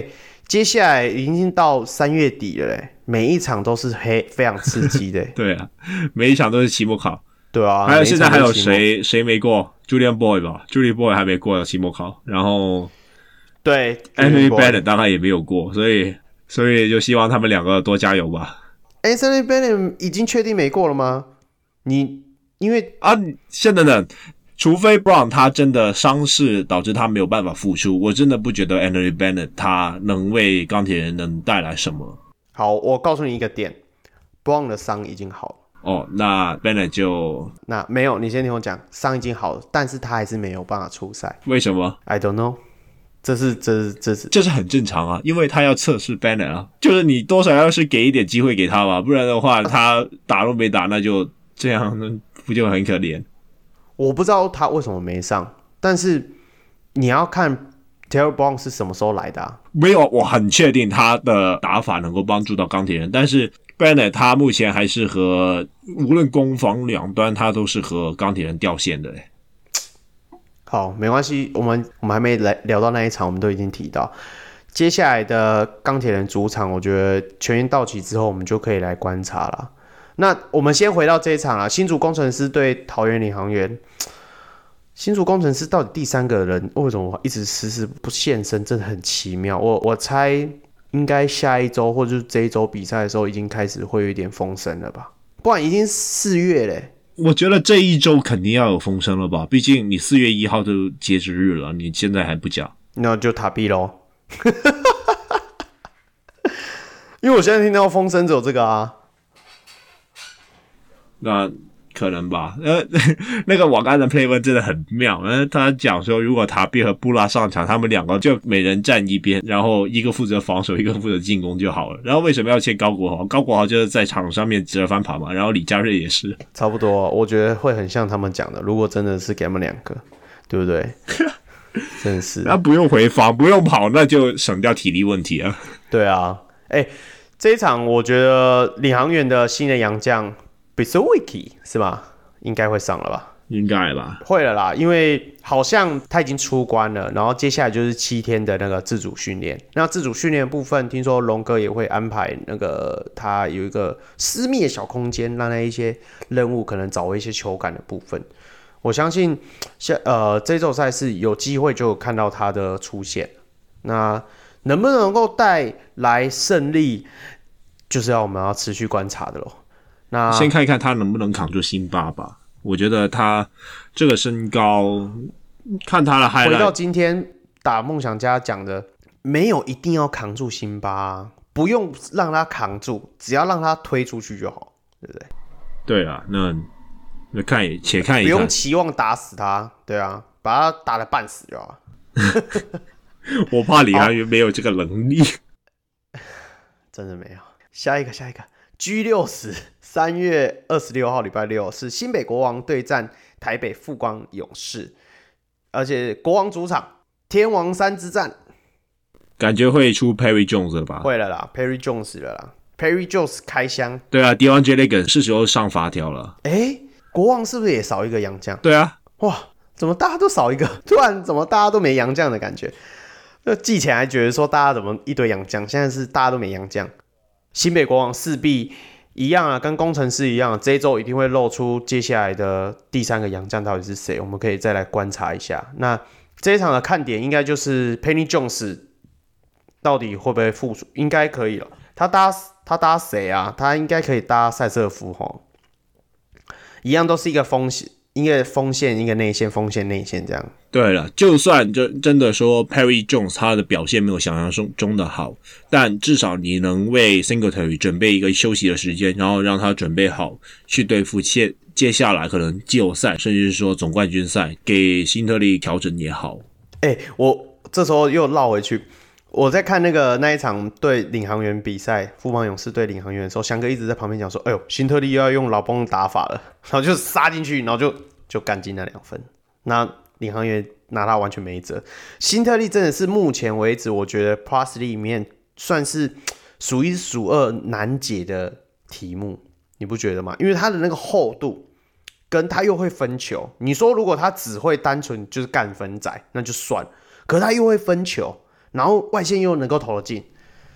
接下来已经到三月底了嘞，每一场都是黑非常刺激的。 对啊，每一场都是期末考。 对啊， 还有现在还有谁谁没过 ？Julian Boy 吧 ，Julian Boy 还没过期末考，然后对 Anthony Bennett 当然也没有过，所以所以就希望他们两个多加油吧。 Anthony Bennett 已经确定没过了吗？你因为啊，现在呢？除非 Brown 他真的伤势导致他没有办法复出，我真的不觉得 Anthony Bennett 他能为钢铁人能带来什么。 好，我告诉你一个点 ，Brown 的伤已经好了。 哦，那 Bennett 就那没有，你先听我讲，伤已经好了，但是他还是没有办法出赛。 为什么 ？I don't know， 这是这是这是这是很正常啊，因为他要测试 Bennett 啊，就是你多少要是给一点机会给他吧，不然的话他打都没打，那就这样，不就很可怜？ 我不知道他为什么没上，但是你要看 Taylor Brown 是什么时候来的啊？ 没有，我很确定他的打法能够帮助到钢铁人，但是 Bennett 他目前还是和无论攻防两端，他都是和钢铁人掉线的。 好，没关系，我们我们还没来聊到那一场，我们都已经提到。接下来的钢铁人主场，我觉得全员到齐之后，我们就可以来观察了。那我们先回到这一场啦，新竹工程师对桃园领航员。新竹工程师到底第三个人为什么一直迟迟不现身，真的很奇妙。我我猜应该下一周或者是这一周比赛的时候，已经开始会有一点风声了吧？不然已经四月嘞。 我觉得这一周肯定要有风声了吧？毕竟你四月一号就截止日了，你现在还不讲， 那就塔比咯。因为我现在听到风声只有这个啊。 那可能吧。呃，那个网安的 play 文真的很妙。呃，他讲说，如果塔比和布拉上场，他们两个就每人站一边，然后一个负责防守，一个负责进攻就好了。然后为什么要签高国豪？高国豪就是在场上面折返跑嘛。然后李佳瑞也是， 差不多，我觉得会很像他们讲的。如果真的是给他们两个，对不对？真是。 那不用回防，不用跑，那就省掉体力问题啊。 对啊，哎、欸，这一场我觉得领航员的新的洋将 Bisowicki 是吧？应该会上了吧？ 应该吧？ 会了啦，因为好像他已经出关了，然后接下来就是七天的那个自主训练。那自主训练的部分，听说龙哥也会安排那个他有一个私密的小空间，让那一些任务可能找回一些球感的部分。我相信下呃这周赛事有机会就看到他的出现。那能不能够带来胜利，就是要我们要持续观察的咯。那先看一看他能不能扛住辛巴吧。我觉得他这个身高，看他的 highlight。 回到今天打梦想家讲的，没有一定要扛住辛巴、啊，不用让他扛住，只要让他推出去就好，对不对？ 对啊，那那看也且看一看， 不用期望打死他，对啊，把他打得半死就好。 我怕李航员没有这个能力， 真的没有。下一个，下一个 G 六十，三月二十六号礼拜六是新北国王对战台北富邦勇士，而且国王主场天王山之战， 感觉会出 Perry Jones 了吧？ 会了啦 ，Perry Jones 了啦 ，Perry Jones 开箱。 对啊 ，Devon Legan 是时候上发条了。 哎、欸，国王是不是也少一个洋将？ 对啊， 哇，怎么大家都少一个？突然怎么大家都没洋将的感觉？季前还觉得说大家怎么一堆洋将，现在是大家都没洋将。新北国王势必一样啊，跟工程师一样，这一周一定会露出接下来的第三个洋将到底是谁，我们可以再来观察一下。那这一场的看点应该就是 Penny Jones 到底会不会复出，应该可以了。他搭他搭谁啊？他应该可以搭塞瑟夫齁，一样都是一个锋线，一个锋线，一个内线，锋线内线这样。 对了，就算就真的说 Perry Jones 他的表现没有想象中中的好，但至少你能为 Singletary 准备一个休息的时间，然后让他准备好去对付接接下来可能季后赛，甚至是说总冠军赛，给辛特利调整也好。 哎、欸，我这时候又绕回去，我在看那个那一场对领航员比赛，富邦勇士对领航员的时候，翔哥一直在旁边讲说：“哎呦，辛特利又要用老崩打法了。”然后就杀进去，然后就就干进那两分。那领航员拿他完全没辙。辛特利真的是目前为止，我觉得 Plus 里面算是数一数二难解的题目，你不觉得吗？因为他的那个厚度，跟他又会分球。你说如果他只会单纯就是干分仔，那就算。可是他又会分球，然后外线又能够投得进，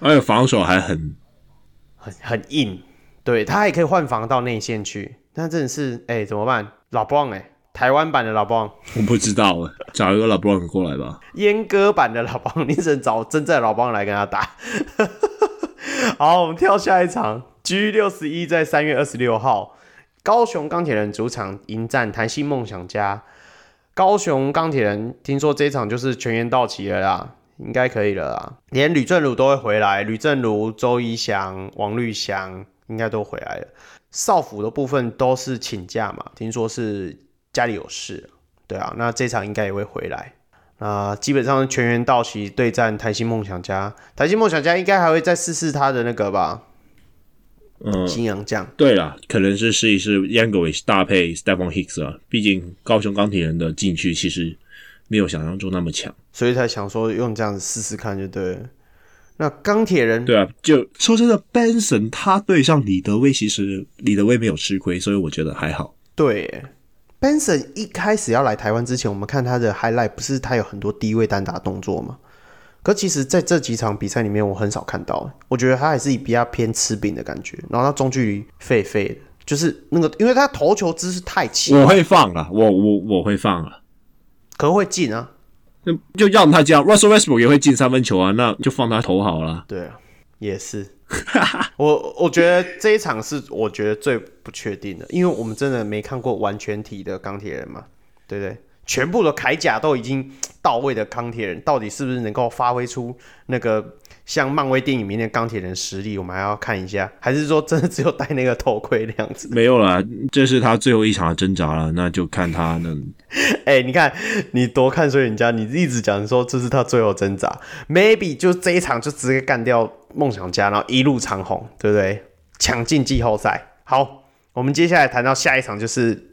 而且防守还很很很硬，对他还可以换防到内线去，那真的是哎、欸、怎么办？老布朗哎，台湾版的老布朗， 我不知道了，找一个老布朗过来吧。 阉割版的老布朗，你只能找真正的老布朗来跟他打。好，我们跳下一场 G 六十一，在三月二十六号，高雄钢铁人主场迎战台新梦想家。高雄钢铁人听说这一场就是全员到齐了啦，应该可以了啦，连吕正儒都会回来，吕正儒、周一翔、王绿翔应该都回来了。少辅的部分都是请假嘛，听说是家里有事，对啊，那这场应该也会回来。那基本上全员到齐对战台新梦想家，台新梦想家应该还会再试试他的那个吧，嗯，新洋将。 对啦，可能是试一试 Yankovic 搭配 Stephon Hicks 啊，毕竟高雄钢铁人的禁区其实没有想象中那么强， 所以才想说用这样子试试看就对了。那钢铁人对啊，就说真的 ，Benson 他对上李德威，其实李德威没有吃亏，所以我觉得还好。 对耶 ，Benson 一开始要来台湾之前，我们看他的 highlight， 不是他有很多低位单打动作吗？可其实在这几场比赛里面，我很少看到，我觉得他还是比较偏吃饼的感觉，然后他中距离废废的，就是那个，因为他投球姿势太轻， 我会放啊，我我我会放啊， 可是会进啊。 就让他这样 ，Russell Westbrook 也会进三分球啊，那就放他投好了。 对啊，也是。我我觉得这一场是我觉得最不确定的，因为我们真的没看过完全体的钢铁人嘛，对不对？全部的铠甲都已经到位的钢铁人，到底是不是能够发挥出那个像漫威电影里面的钢铁人实力？我们还要看一下，还是说真的只有戴那个头盔那样子？ 没有啦，这是他最后一场的挣扎了，那就看他能。 哎、欸，你看你多看衰人家，你一直讲说这是他最后挣扎 ，maybe 就这一场就直接干掉梦想家，然后一路长红，对不对？抢进季后赛。好，我们接下来谈到下一场就是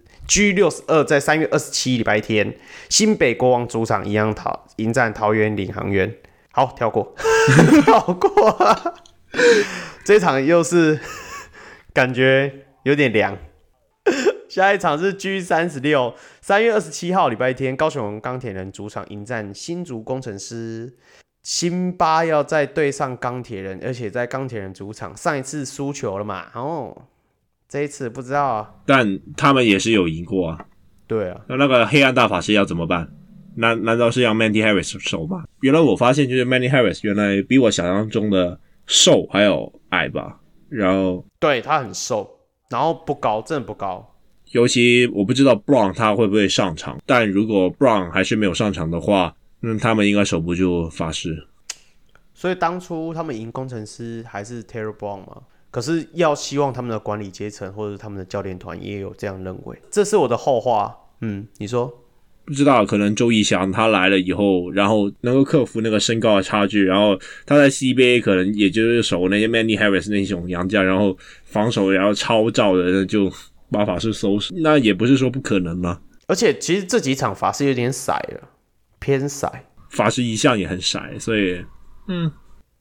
。G 六十二 在三月二十七礼拜天，新北国王主场一样桃迎战桃园领航员。好，跳过，跳过、啊。这场又是感觉有点凉。下一场是 G 三十六， 三月二十七号礼拜天，高雄钢铁人主场迎战新竹工程师。辛巴要再对上钢铁人，而且在钢铁人主场，上一次输球了嘛？哦。这一次不知道啊， 但他们也是有赢过啊。 对啊， 那那个黑暗大法师要怎么办？难难道是让 Mandy Harris 守吗？原来我发现就是 Mandy Harris 原来比我想象中的瘦还有矮吧。然后对他很瘦，然后不高，真的不高。 尤其我不知道 Brown 他会不会上场，但如果 Brown 还是没有上场的话，那他们应该守不住法师。 所以当初他们赢工程师还是 Terry Brown 嘛？可是要希望他们的管理阶层或者是他们的教练团也有这样认为，这是我的后话。嗯，你说？ 不知道，可能周逸翔他来了以后，然后能够克服那个身高的差距，然后他在 C B A 可能也就是守那些 Manny Harris 那种洋将，然后防守然后超照的就把法师收拾，那也不是说不可能嘛。 而且其实这几场法师有点骰了，偏骰。 法师一向也很骰，所以嗯。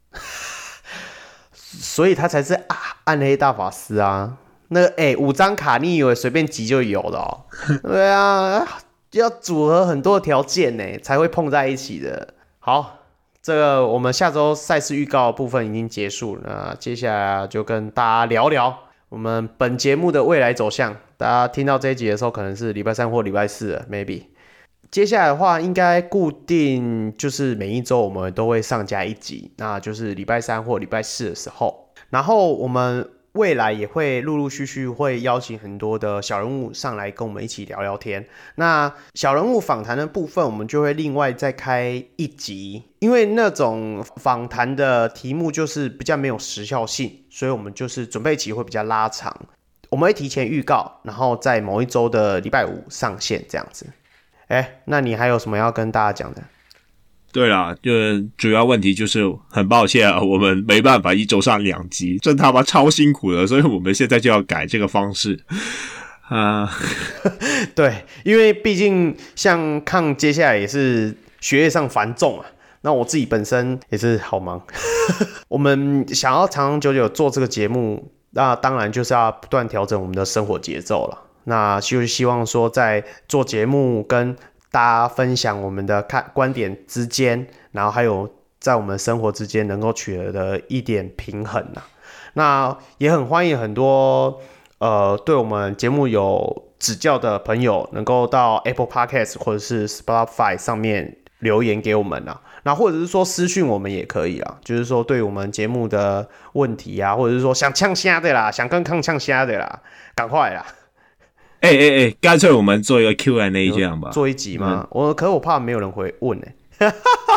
所以他才是、啊、暗黑大法师啊！那个哎，五张卡你以为随便集就有的哦？对啊，要组合很多条件呢，才会碰在一起的。好，这个我们下周赛事预告的部分已经结束了，那接下来就跟大家聊聊我们本节目的未来走向。大家听到这一集的时候，可能是礼拜三或礼拜四了 ，maybe。接下来的话，应该固定就是每一周我们都会上架一集，那就是礼拜三或礼拜四的时候。然后我们未来也会陆陆续续会邀请很多的小人物上来跟我们一起聊聊天。那小人物访谈的部分，我们就会另外再开一集，因为那种访谈的题目就是比较没有时效性，所以我们就是准备期会比较拉长。我们会提前预告，然后在某一周的礼拜五上线这样子。哎，那你还有什么要跟大家讲的？ 对啦，就主要问题就是很抱歉啊，我们没办法一周上两集，真他妈超辛苦的，所以我们现在就要改这个方式啊。 对，因为毕竟像抗接下来也是学业上繁重啊，那我自己本身也是好忙。我们想要长长久久做这个节目，那当然就是要不断调整我们的生活节奏了。那就是希望说，在做节目跟大家分享我们的看观点之间，然后还有在我们生活之间能够取得的一点平衡啊。那也很欢迎很多呃对我们节目有指教的朋友，能够到 Apple Podcast 或者是 Spotify 上面留言给我们啊。那或者是说私讯我们也可以啊，就是说对我们节目的问题啊，或者是说想呛虾的啦，想跟抗呛虾的啦，赶快啦！ 哎哎哎，干脆我们做一个 Q and A 这样吧， 做一集吗？嗯、我可是我怕没有人会问哎、欸。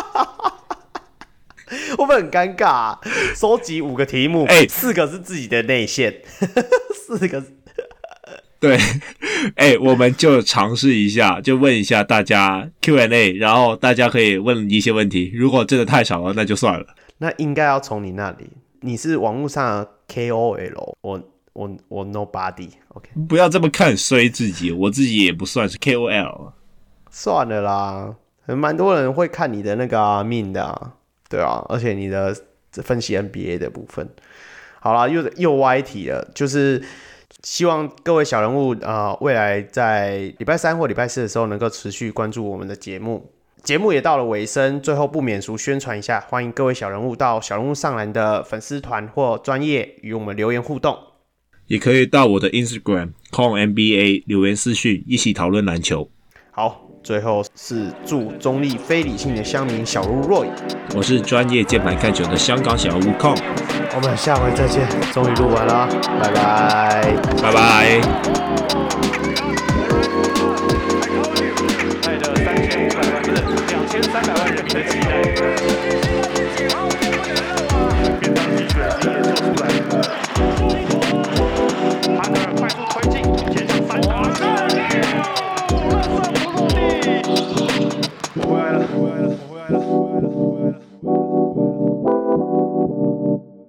会不会很尴尬、啊？收集五个题目，哎、欸，四个是自己的内线，四个对，哎、欸，我们就尝试一下，就问一下大家 Q and A， 然后大家可以问一些问题。如果真的太少了，那就算了。 那应该要从你那里，你是网络上的 K O L， 我我我 nobody，OK，、okay. 不要这么看衰自己，我自己也不算是 K O L。 算了啦，蛮多人会看你的那个啊命的啊。对啊，而且你的分析 N B A 的部分，好啦，又又歪题了，就是希望各位小人物啊、呃，未来在礼拜三或礼拜四的时候能够持续关注我们的节目。节目也到了尾声，最后不免俗宣传一下，欢迎各位小人物到小人物上篮的粉丝团或专页与我们留言互动， 也可以到我的 Instagram com N B A 留言私讯，一起讨论篮球。 好。最后是祝中立非理性的乡民小如 Roy， 我是专业键盘看球的香港小吴控， 我们下回再见，终于录完了，拜拜， 拜拜。